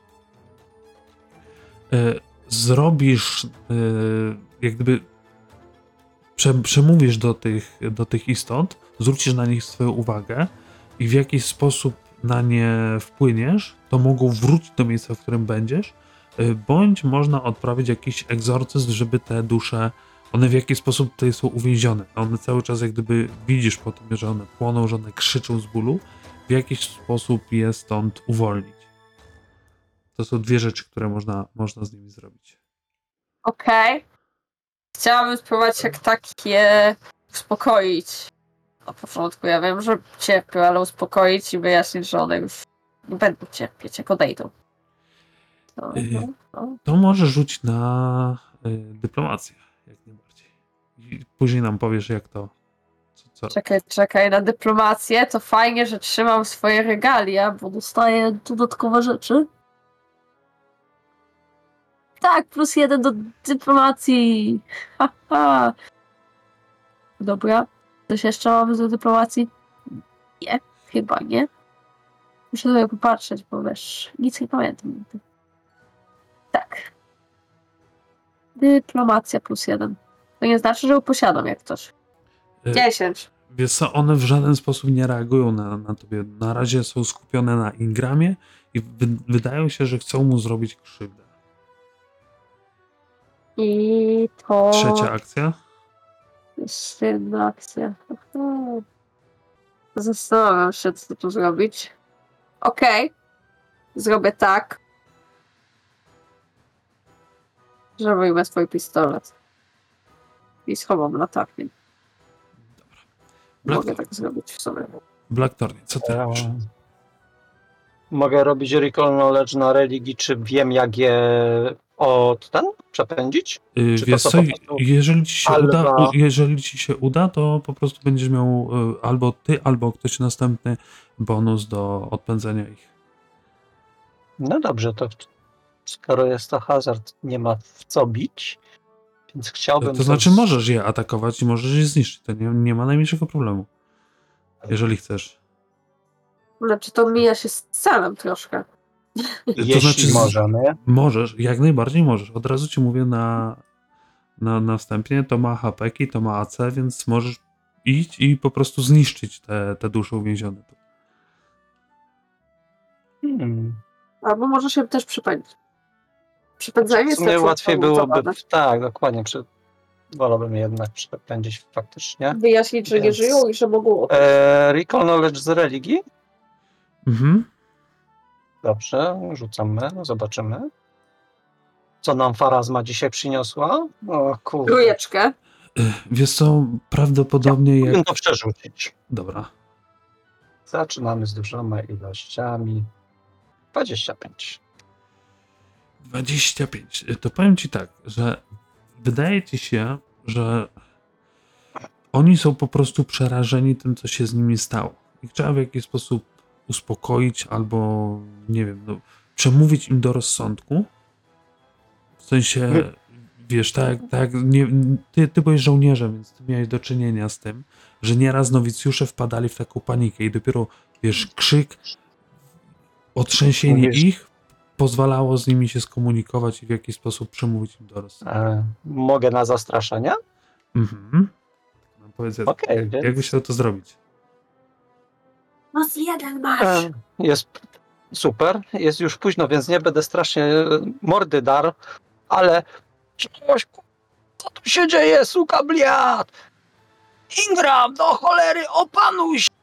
A: zrobisz, jak gdyby przemówisz do tych istot, zwrócisz na nich swoją uwagę i w jakiś sposób na nie wpłyniesz, to mogą wrócić do miejsca, w którym będziesz, bądź można odprawić jakiś egzorcyzm, żeby te dusze, one w jakiś sposób tutaj są uwięzione. One cały czas jak gdyby widzisz po tym, że one płoną, że one krzyczą z bólu, w jakiś sposób je stąd uwolnić. To są dwie rzeczy, które można z nimi zrobić.
C: Okej. Chciałabym spróbować jak tak je uspokoić. Na początku ja wiem, że cierpią, ale uspokoić i wyjaśnić, że one już nie będą cierpieć, jak odejdą.
A: To może rzucić na dyplomację, jak najbardziej. I później nam powiesz, jak to Co?
F: Czekaj, na dyplomację to fajnie, że trzymam swoje regalia, bo dostaję dodatkowe rzeczy. Tak, +1 do dyplomacji. Ha. Dobra. Coś jeszcze mamy do dyplomacji? Nie, chyba nie. Muszę sobie popatrzeć, bo wiesz, nic nie pamiętam. Tak. Dyplomacja +1. To nie znaczy, że ją posiadam jak coś. 10.
A: Wiesz co, one w żaden sposób nie reagują na tobie. Na razie są skupione na Ingramie i wydają się, że chcą mu zrobić krzywdę.
F: I to...
A: Trzecia akcja.
F: Jeszcze jedna akcja. Zastanawiam się, co tu zrobić. Okej. Zrobię tak. Że wyjmę swój pistolet. I schowam latarnię. Mogę tak zrobić w sobie.
A: Blackthornie, co ty robisz?
D: Mogę robić recall knowledge na religii, czy wiem jak je przepędzić? Czy to
A: Wiesz
D: co
A: co,
D: po prostu
A: jeżeli ci się uda, to po prostu będziesz miał albo ty, albo ktoś następny bonus do odpędzenia ich.
D: No dobrze, to skoro jest to hazard, nie ma w co bić, więc chciałbym...
A: To znaczy możesz je atakować i możesz je zniszczyć. To nie ma najmniejszego problemu. Jeżeli chcesz.
F: Znaczy to mija się z celem troszkę.
D: Jeśli
A: znaczy,
D: możemy.
A: Możesz, jak najbardziej możesz. Od razu ci mówię na wstępie, to ma HP-ki, to ma AC, więc możesz iść i po prostu zniszczyć te dusze uwięzione.
F: Albo może się też przypędzić. Przypędzenie
D: W
F: jest
D: sumie
F: lepszą
D: łatwiej
F: formą
D: byłoby...
F: zabawy.
D: Tak, dokładnie. Wolałbym jednak przepędzić faktycznie.
F: Wyjaśnić, że nie
D: Więc-
F: żyją i że mogą odejść.
D: Recall knowledge z religii?
A: Mhm.
D: Dobrze, rzucamy, zobaczymy. Co nam Farazma dzisiaj przyniosła? O kurde.
F: Trójeczkę.
A: Wiesz co, prawdopodobnie
D: Mógłbym
A: jak...
D: to przerzucić.
A: Dobra.
D: Zaczynamy z dużoma ilościami. 25.
A: 25. To powiem ci tak, że wydaje ci się, że oni są po prostu przerażeni tym, co się z nimi stało. Ich trzeba w jakiś sposób uspokoić albo, nie wiem, przemówić im do rozsądku. W sensie, wiesz, ty byłeś żołnierzem, więc ty miałeś do czynienia z tym, że nieraz nowicjusze wpadali w taką panikę i dopiero, wiesz, krzyk, otrzęsienie
D: Mówisz-
A: ich pozwalało z nimi się skomunikować i w jakiś sposób przemówić im do rozsądku.
D: Mogę na zastraszenie?
A: Mhm. No, powiedz,
D: Okej, więc...
A: jakbyś chciał to zrobić?
C: +1 masz.
D: Jest super, jest już późno, więc nie będę strasznie mordy dar, ale co tu się dzieje, suka bliad? Ingram, do cholery, opanuj się!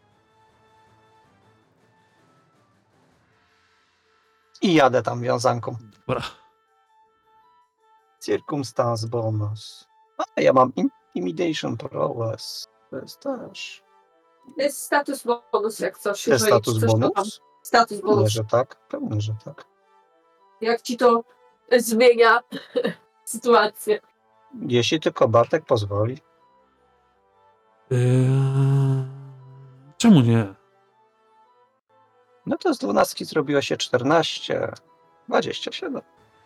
D: I jadę tam wiązanką.
A: Dobra.
D: Circumstance bonus. A ja mam intimidation prowess. To jest też.
C: To jest status bonus, jak coś.
D: To jest
C: jeżeli
D: status
C: coś to tam-
D: bonus?
C: Status
D: Pewnie,
C: bonus.
D: że tak. Pewnie, że tak.
C: Jak ci to zmienia sytuację.
D: Jeśli tylko Bartek pozwoli.
A: Czemu nie?
D: No to z 12 zrobiło się 14. 27.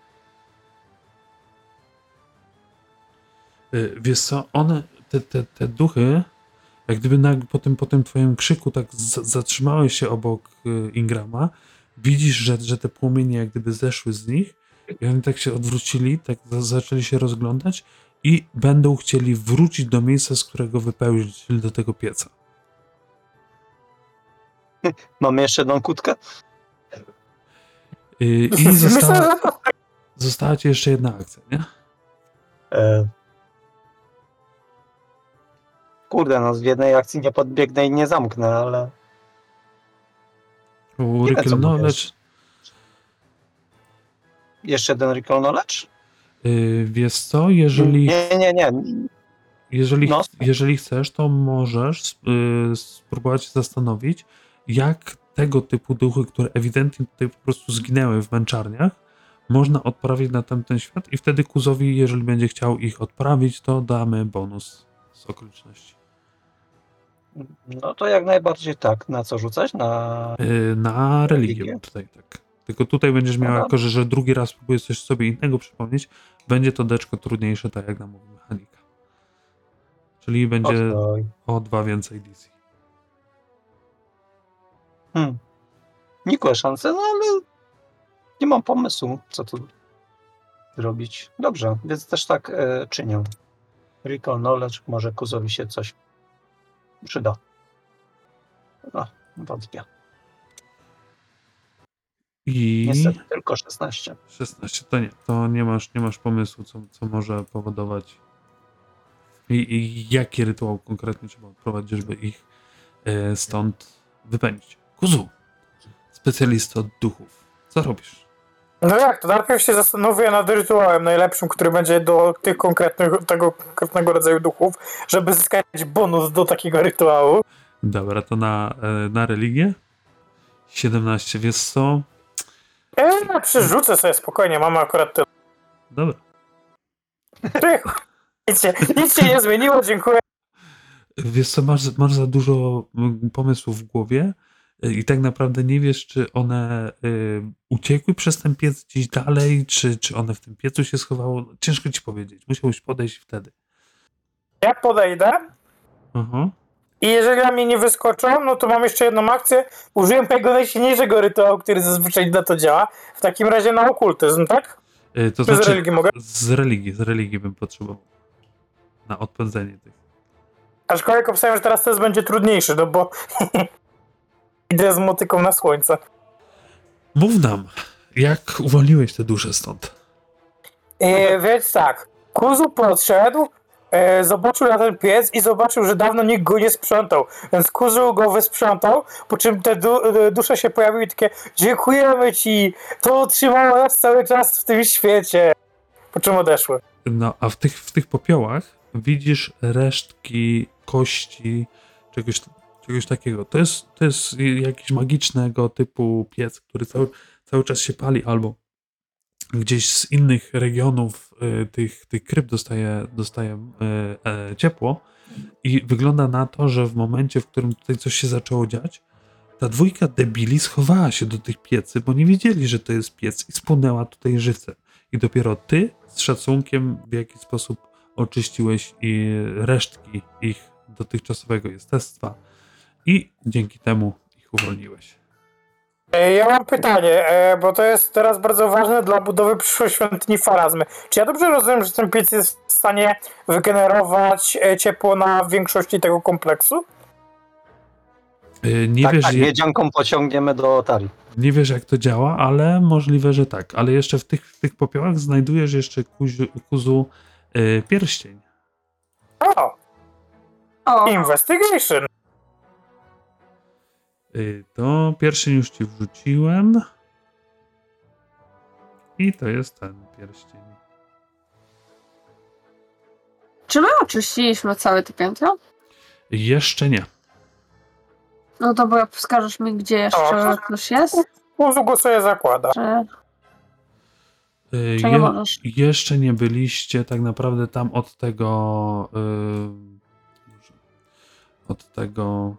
A: Wiesz co, one, te duchy, jak gdyby po tym twoim krzyku tak zatrzymały się obok Ingrama, widzisz, że te płomienie jak gdyby zeszły z nich i oni tak się odwrócili, tak zaczęli się rozglądać i będą chcieli wrócić do miejsca, z którego wypełnić, czyli do tego pieca.
D: Mamy jeszcze jedną kłódkę?
A: I
E: Myślę,
A: została ci jeszcze jedna akcja, nie?
D: Kurde, no z jednej akcji nie podbiegnę i nie zamknę, ale... wiem, co
A: Recall knowledge.
D: mówisz. Jeszcze jeden recall knowledge?
A: Wiesz co, jeżeli...
D: Nie. No.
A: Jeżeli chcesz, to możesz spróbować się zastanowić, jak tego typu duchy, które ewidentnie tutaj po prostu zginęły w męczarniach, można odprawić na tamten świat i wtedy Kuzowi, jeżeli będzie chciał ich odprawić, to damy bonus z okoliczności.
D: No to jak najbardziej tak. Na co rzucać?
A: Na religię
D: Religię?
A: mam tutaj, tak. Tylko tutaj będziesz miał,
D: Dobra.
A: jako że drugi raz próbujesz coś sobie innego przypomnieć, będzie to deczko trudniejsze, tak jak nam mówi mechanika. Czyli będzie
D: Okej.
A: o 2 więcej DC.
D: Nikłe szanse, no ale nie mam pomysłu, co tu zrobić. Dobrze, więc też tak czynię. Recall Knowledge, może Kuzowi się coś przyda. No, wątpię.
A: I
D: Niestety tylko 16.
A: 16 to nie masz pomysłu, co może powodować i jaki rytuał konkretnie trzeba odprowadzić, żeby ich stąd wypędzić. Kuzu, specjalista od duchów, co robisz?
E: No jak, to najpierw się zastanowię nad rytuałem najlepszym, który będzie do tego konkretnego rodzaju duchów, żeby zyskać bonus do takiego rytuału.
A: Dobra, to na religię? 17, wiesz co?
E: Przerzucę sobie spokojnie, mamy akurat tyle.
A: Dobra.
E: Nic się nie zmieniło, dziękuję.
A: Wiesz co, masz za dużo pomysłów w głowie i tak naprawdę nie wiesz, czy one uciekły przez ten piec gdzieś dalej, czy one w tym piecu się schowało. Ciężko ci powiedzieć. Musiałbyś podejść wtedy.
E: Ja podejdę
A: Aha.
E: i jeżeli na mnie nie wyskoczą, no to mam jeszcze jedną akcję. Użyję mojego najsilniejszego rytuału, który zazwyczaj na to działa. W takim razie na okultyzm, tak?
A: To
E: Czy z
A: znaczy,
E: religii mogę?
A: z religii bym potrzebował. Na odpędzenie tych.
E: Aczkolwiek obstawiam, że teraz test będzie trudniejszy, no bo idę z motyką na słońce.
A: Mów nam, jak uwolniłeś te dusze stąd?
E: Więc tak, Kuzu podszedł, zobaczył na ten piec i zobaczył, że dawno nikt go nie sprzątał. Więc Kuzu go wysprzątał, po czym te dusze się pojawiły i takie: dziękujemy ci, to utrzymało nas cały czas w tym świecie. Po czym odeszły.
A: No, a w tych popiołach widzisz resztki kości, czegoś takiego. To jest jakiś magicznego typu piec, który cały czas się pali, albo gdzieś z innych regionów tych kryp dostaje ciepło i wygląda na to, że w momencie, w którym tutaj coś się zaczęło dziać, ta dwójka debili schowała się do tych piecy, bo nie wiedzieli, że to jest piec i spłonęła tutaj żywcem. I dopiero ty z szacunkiem w jakiś sposób oczyściłeś i resztki ich dotychczasowego jestestwa i dzięki temu ich uwolniłeś.
E: Ja mam pytanie, bo to jest teraz bardzo ważne dla budowy przyszłej świątyni Farazmy. Czy ja dobrze rozumiem, że ten piec jest w stanie wygenerować ciepło na większości tego kompleksu?
D: Tak, miedzianką pociągniemy do Tari.
A: Nie wiesz, jak to działa, ale możliwe, że tak. Ale jeszcze w tych popiołach znajdujesz jeszcze, Kuzu, pierścień.
E: O! Investigation!
A: To pierścień już ci wrzuciłem. I to jest ten pierścień.
F: Czy my oczyściliśmy całe to piętro?
A: Jeszcze nie.
F: No dobra, wskażesz mi, gdzie jeszcze ktoś jest?
E: Kuzu go sobie zakłada.
F: Czy nie możesz?
A: Jeszcze nie byliście tak naprawdę tam od tego... od tego...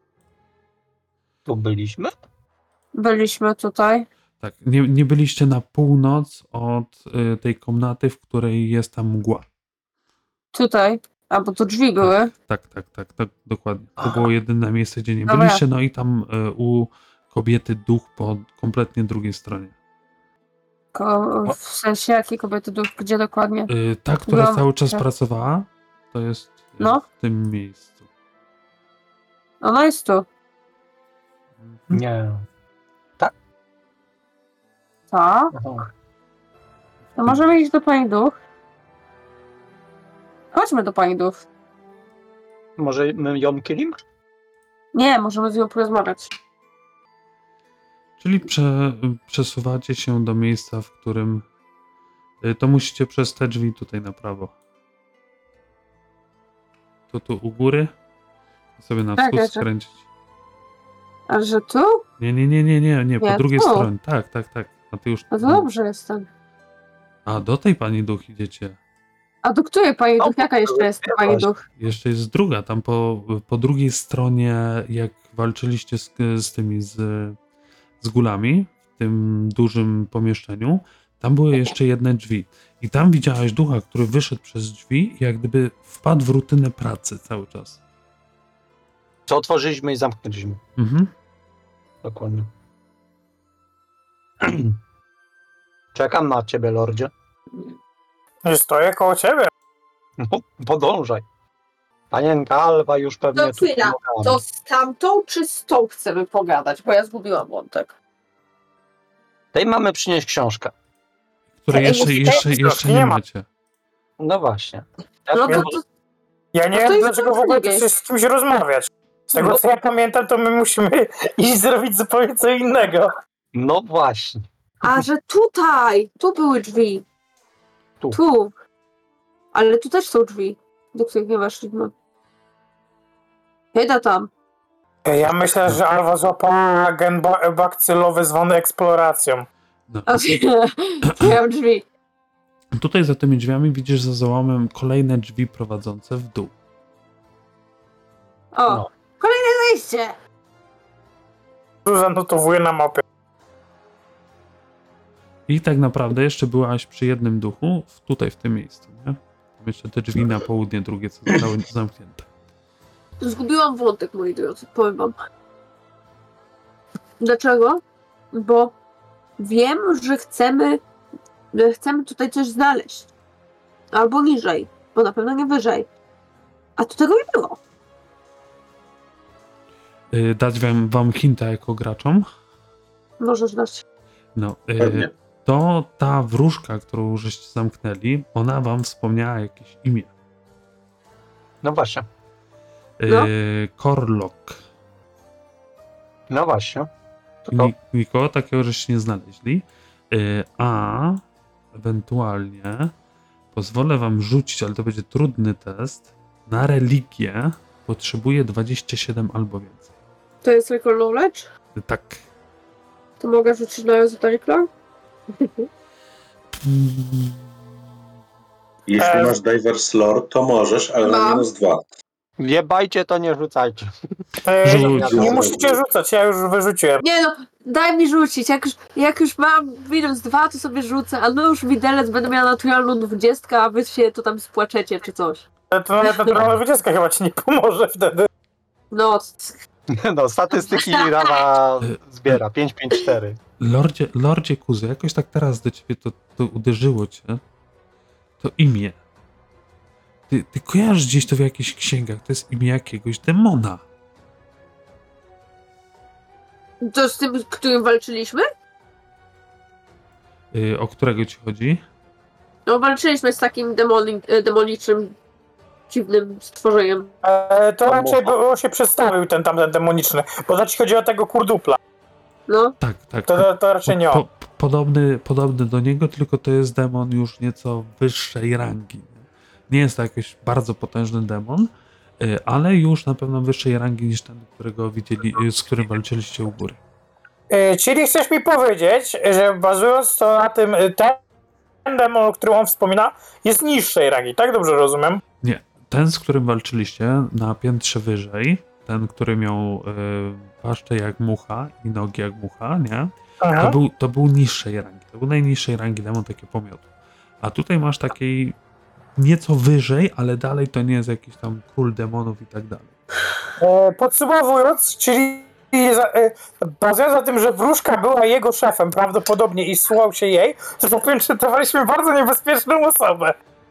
D: Tu byliśmy?
F: Byliśmy tutaj.
A: Tak, nie byliście na północ od tej komnaty, w której jest ta mgła.
F: Tutaj. Albo tu drzwi były.
A: Tak, dokładnie. To było jedyne miejsce, gdzie nie
F: Dobra.
A: byliście, no i tam u kobiety duch po kompletnie drugiej stronie.
F: W sensie jakiej kobiety duch, gdzie dokładnie?
A: Ta, która
F: Byłam-
A: cały czas
F: tak.
A: pracowała, to jest
F: No.
A: w tym miejscu.
F: Ona jest tu.
D: Nie.
F: Tak?
D: Aha.
F: To możemy iść do pani duch? Chodźmy do pani duch.
D: Może my ją kilimy?
F: Nie, możemy z nią porozmawiać.
A: Czyli przesuwacie się do miejsca, w którym to musicie przez te drzwi tutaj na prawo. To tu u góry. Sobie na
F: Tak,
A: wschód
F: ja-
A: skręcić.
F: A że tu?
A: Nie, po
F: Nie,
A: drugiej
F: tu.
A: stronie. Tak. A ty już.
F: No to dobrze jestem.
A: A do tej pani duch idziecie.
F: A do której pani
D: No,
F: duch? Jaka jeszcze jest pani
D: właśnie.
F: duch?
A: Jeszcze jest druga, tam po drugiej stronie, jak walczyliście z gulami w tym dużym pomieszczeniu, tam były jeszcze jedne drzwi. I tam widziałaś ducha, który wyszedł przez drzwi i jak gdyby wpadł w rutynę pracy cały czas.
D: Co otworzyliśmy i zamknęliśmy.
A: Mhm.
D: Dokładnie. Czekam na ciebie, lordzie.
E: Stoję koło ciebie.
D: No, podążaj. Panienka Alwa już pewnie
F: To chwila,
D: pomagała.
F: to z tamtą czy z tą chcemy pogadać? Bo ja zgubiłam wątek.
D: Tej mamy przynieść książkę.
A: Której
F: Ej,
A: jeszcze
E: nie
A: nie
E: ma.
A: macie.
D: No właśnie.
F: No
E: wiem,
F: to
E: Ja nie
F: No to
E: wiem,
F: jest
E: dlaczego w ogóle
F: drugie.
E: chcesz z kimś rozmawiać. Z tego, co ja pamiętam, to my musimy iść zrobić zupełnie co innego.
D: No właśnie.
F: A, że tutaj! Tu były drzwi.
D: Tu.
F: Ale tu też są drzwi, do których nie weszliśmy. Hejda tam.
E: Ja myślę, że Alwa złapała gen bakcylowy zwany eksploracją.
A: No.
F: Otwieram drzwi.
A: Tutaj za tymi drzwiami widzisz za załomem kolejne drzwi prowadzące w dół.
F: O,
D: No.
F: kolejne zejście!
E: Tu zanotowuję na mapie.
A: I tak naprawdę jeszcze byłaś przy jednym duchu, tutaj w tym miejscu, nie? Tam jeszcze te drzwi na południe, drugie co zostały zamknięte.
F: Zgubiłam wątek, moi drodzy, powiem wam. Dlaczego? Bo wiem, że chcemy tutaj coś znaleźć. Albo niżej, bo na pewno nie wyżej. A tu tego nie było.
A: Dać wam hinta jako graczom?
F: Możesz dać.
A: No,
B: Pewnie.
A: to ta wróżka, którą żeście zamknęli, ona wam wspomniała jakieś imię.
D: No właśnie.
F: No.
A: Korlok.
D: No właśnie. To-
A: Nikogo takiego żeście nie znaleźli. A ewentualnie pozwolę wam rzucić, ale to będzie trudny test. Na religię potrzebuję 27 albo więcej.
F: To jest Recall Knowledge?
A: Tak.
F: To mogę rzucić na Esoteric Lore?
B: Jeśli masz Divers Lore, to możesz, ale na
F: Mam.
B: -2.
D: Nie bajcie, to nie rzucajcie.
A: Rzuć.
E: Nie musicie rzucać, ja już wyrzuciłem.
F: Nie no, daj mi rzucić. Jak już mam -2, to sobie rzucę. A no już widelec, będę miała naturalną 20, a wy się to tam spłaczecie czy coś.
E: Ale to nawet naturalna 20 chyba ci nie pomoże wtedy.
F: No,
D: No, statystyki Rama zbiera. 554.
A: Lordzie Kuzy, jakoś tak teraz do ciebie to uderzyło cię. To imię. Ty kojarzysz gdzieś to w jakichś księgach. To jest imię jakiegoś demona.
F: to z tym, z którym walczyliśmy?
A: O którego ci chodzi?
F: No, walczyliśmy z takim demonicznym, dziwnym stworzeniem.
E: To raczej było się przedstawił ten tamten demoniczny, bo to ci chodzi o tego kurdupla.
F: No,
A: Tak.
E: To raczej nie on.
A: Podobny do niego, tylko to jest demon już nieco wyższej rangi. Nie jest to jakiś bardzo potężny demon, ale już na pewno wyższej rangi niż ten, którego z którym walczyliście u góry.
E: Czyli chcesz mi powiedzieć, że bazując to na tym, ten demon, o którym on wspomina, jest niższej rangi, tak dobrze rozumiem?
A: Nie, ten, z którym walczyliście na piętrze wyżej, ten, który miał paszczę jak mucha i nogi jak mucha, nie?
E: Aha.
A: To był niższej rangi. To był najniższej rangi demon, takie pomiotu. A tutaj masz takiej nieco wyżej, ale dalej to nie jest jakiś tam król demonów i tak dalej.
E: Podsumowując, czyli bazując na tym, że wróżka była jego szefem prawdopodobnie i słuchał się jej, to zapieczętowaliśmy bardzo niebezpieczną osobę.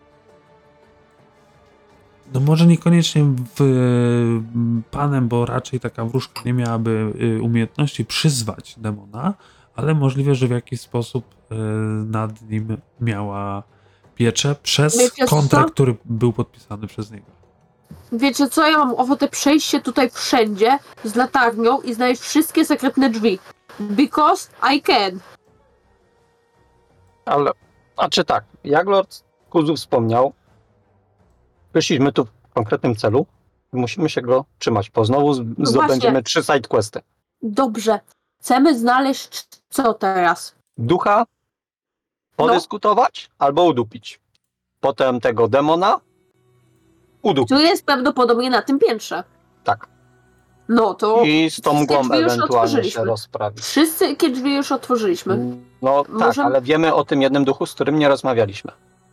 A: No może niekoniecznie panem, bo raczej taka wróżka nie miałaby umiejętności przyzwać demona, ale możliwe, że w jakiś sposób nad nim miała pieczę przez
F: Wiecie
A: kontrakt,
F: co?
A: który był podpisany przez niego.
F: wiecie co? Ja mam ochotę przejść się tutaj wszędzie z latarnią i znaleźć wszystkie sekretne drzwi. Because I can.
D: Ale, znaczy tak, jak Lord Kuzu wspomniał, wyszliśmy tu w konkretnym celu i musimy się go trzymać, bo znowu zdobędziemy 3 sidequesty.
F: Dobrze. Chcemy znaleźć co teraz?
D: Ducha, podyskutować albo udupić. potem tego demona, udup.
F: Który jest prawdopodobnie na tym piętrze.
D: Tak.
F: No to
D: I z tą
F: wszystkie
D: mgłą
F: drzwi już
D: ewentualnie się
F: otworzyliśmy.
D: rozprawi.
F: Wszystkie drzwi już otworzyliśmy.
D: No tak,
F: Możemy-
D: ale wiemy o tym jednym duchu, z którym nie rozmawialiśmy.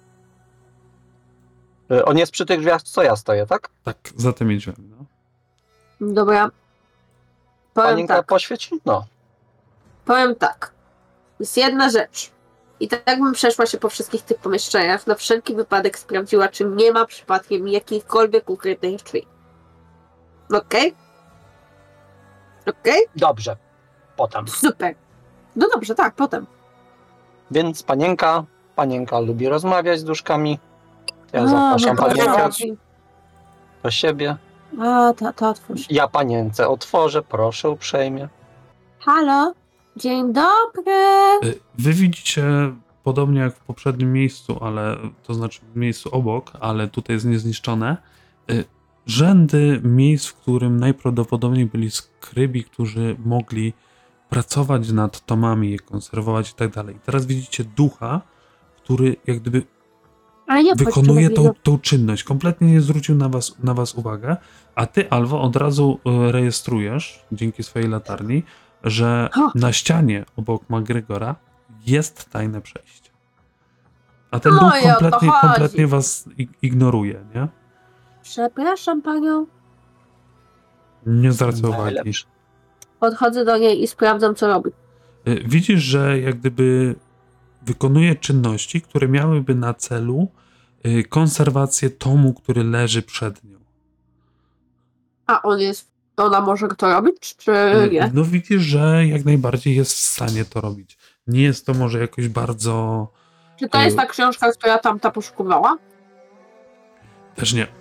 D: On jest przy tych drzwiach, co ja stoję, tak?
A: Tak, za tymi drzwiami, no.
F: Dobra. Powiem
D: Panienka
F: tak.
D: poświeci? No.
F: Powiem tak. Jest jedna rzecz. I tak bym przeszła się po wszystkich tych pomieszczeniach, na wszelki wypadek sprawdziła, czy nie ma przypadkiem jakichkolwiek ukrytych drzwi. Okej? Okej?
D: Dobrze. Potem.
F: Super. No dobrze, tak, potem.
D: Więc panienka lubi rozmawiać z duszkami. Ja
F: A,
D: zapraszam
F: no to
D: panienkę
F: chodzi.
D: do siebie.
F: A, to otwórz.
D: Ja panience otworzę, proszę uprzejmie.
F: Halo? Dzień dobry.
A: Wy widzicie, podobnie jak w poprzednim miejscu, ale to znaczy w miejscu obok, ale tutaj jest niezniszczone, rzędy miejsc, w którym najprawdopodobniej byli skrybi, którzy mogli pracować nad tomami, je konserwować i tak dalej. Teraz widzicie ducha, który jak gdyby
F: Ale nie
A: wykonuje
F: wchodźcie
A: tą czynność. Kompletnie nie zwrócił na was uwagę, a ty, Alwo, od razu rejestrujesz, dzięki swojej latarni, że
F: Ha.
A: na ścianie obok McGregora jest tajne przejście. A ten
F: No
A: duch
F: i o to chodzi.
A: kompletnie was ignoruje, nie?
F: Przepraszam panią.
A: Nie zwraca uwagi.
D: Najlepsze.
F: Podchodzę do niej i sprawdzam, co robi.
A: Widzisz, że jak gdyby wykonuje czynności, które miałyby na celu konserwację tomu, który leży przed nią.
F: A ona może to robić, czy nie?
A: No widzisz, że jak najbardziej jest w stanie to robić. Nie jest to może jakoś bardzo...
F: Czy to jest ta książka, która tamta poszukiwała?
A: Też nie.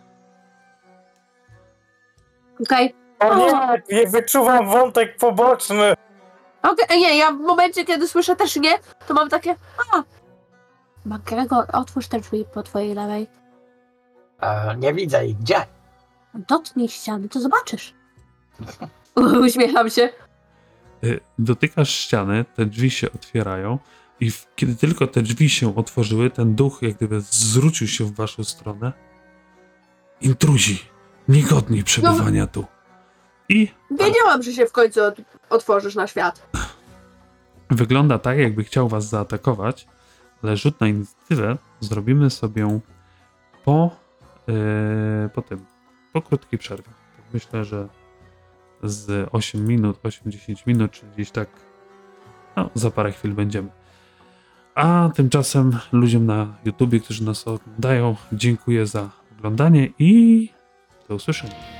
F: Okej.
E: O nie, wyczuwam wątek poboczny.
F: Okej, nie, ja w momencie, kiedy słyszę też nie, to mam takie, McGregor, otwórz te drzwi po twojej lewej.
D: Nie widzę ich. Gdzie?
F: Dotknij ściany, to zobaczysz. Uśmiecham się.
A: Dotykasz ściany, te drzwi się otwierają i kiedy tylko te drzwi się otworzyły, ten duch jak gdyby zwrócił się w waszą stronę. Intruzi, niegodni przebywania tu. I
F: Wiedziałam, że się w końcu otworzysz na świat.
A: wygląda tak, jakby chciał was zaatakować, ale rzut na inicjatywę zrobimy sobie po krótkiej przerwie. Tak myślę, że z 8 minut, 8-10 minut, czy gdzieś tak, no, za parę chwil będziemy. A tymczasem ludziom na YouTubie, którzy nas oglądają, dziękuję za oglądanie i do usłyszenia.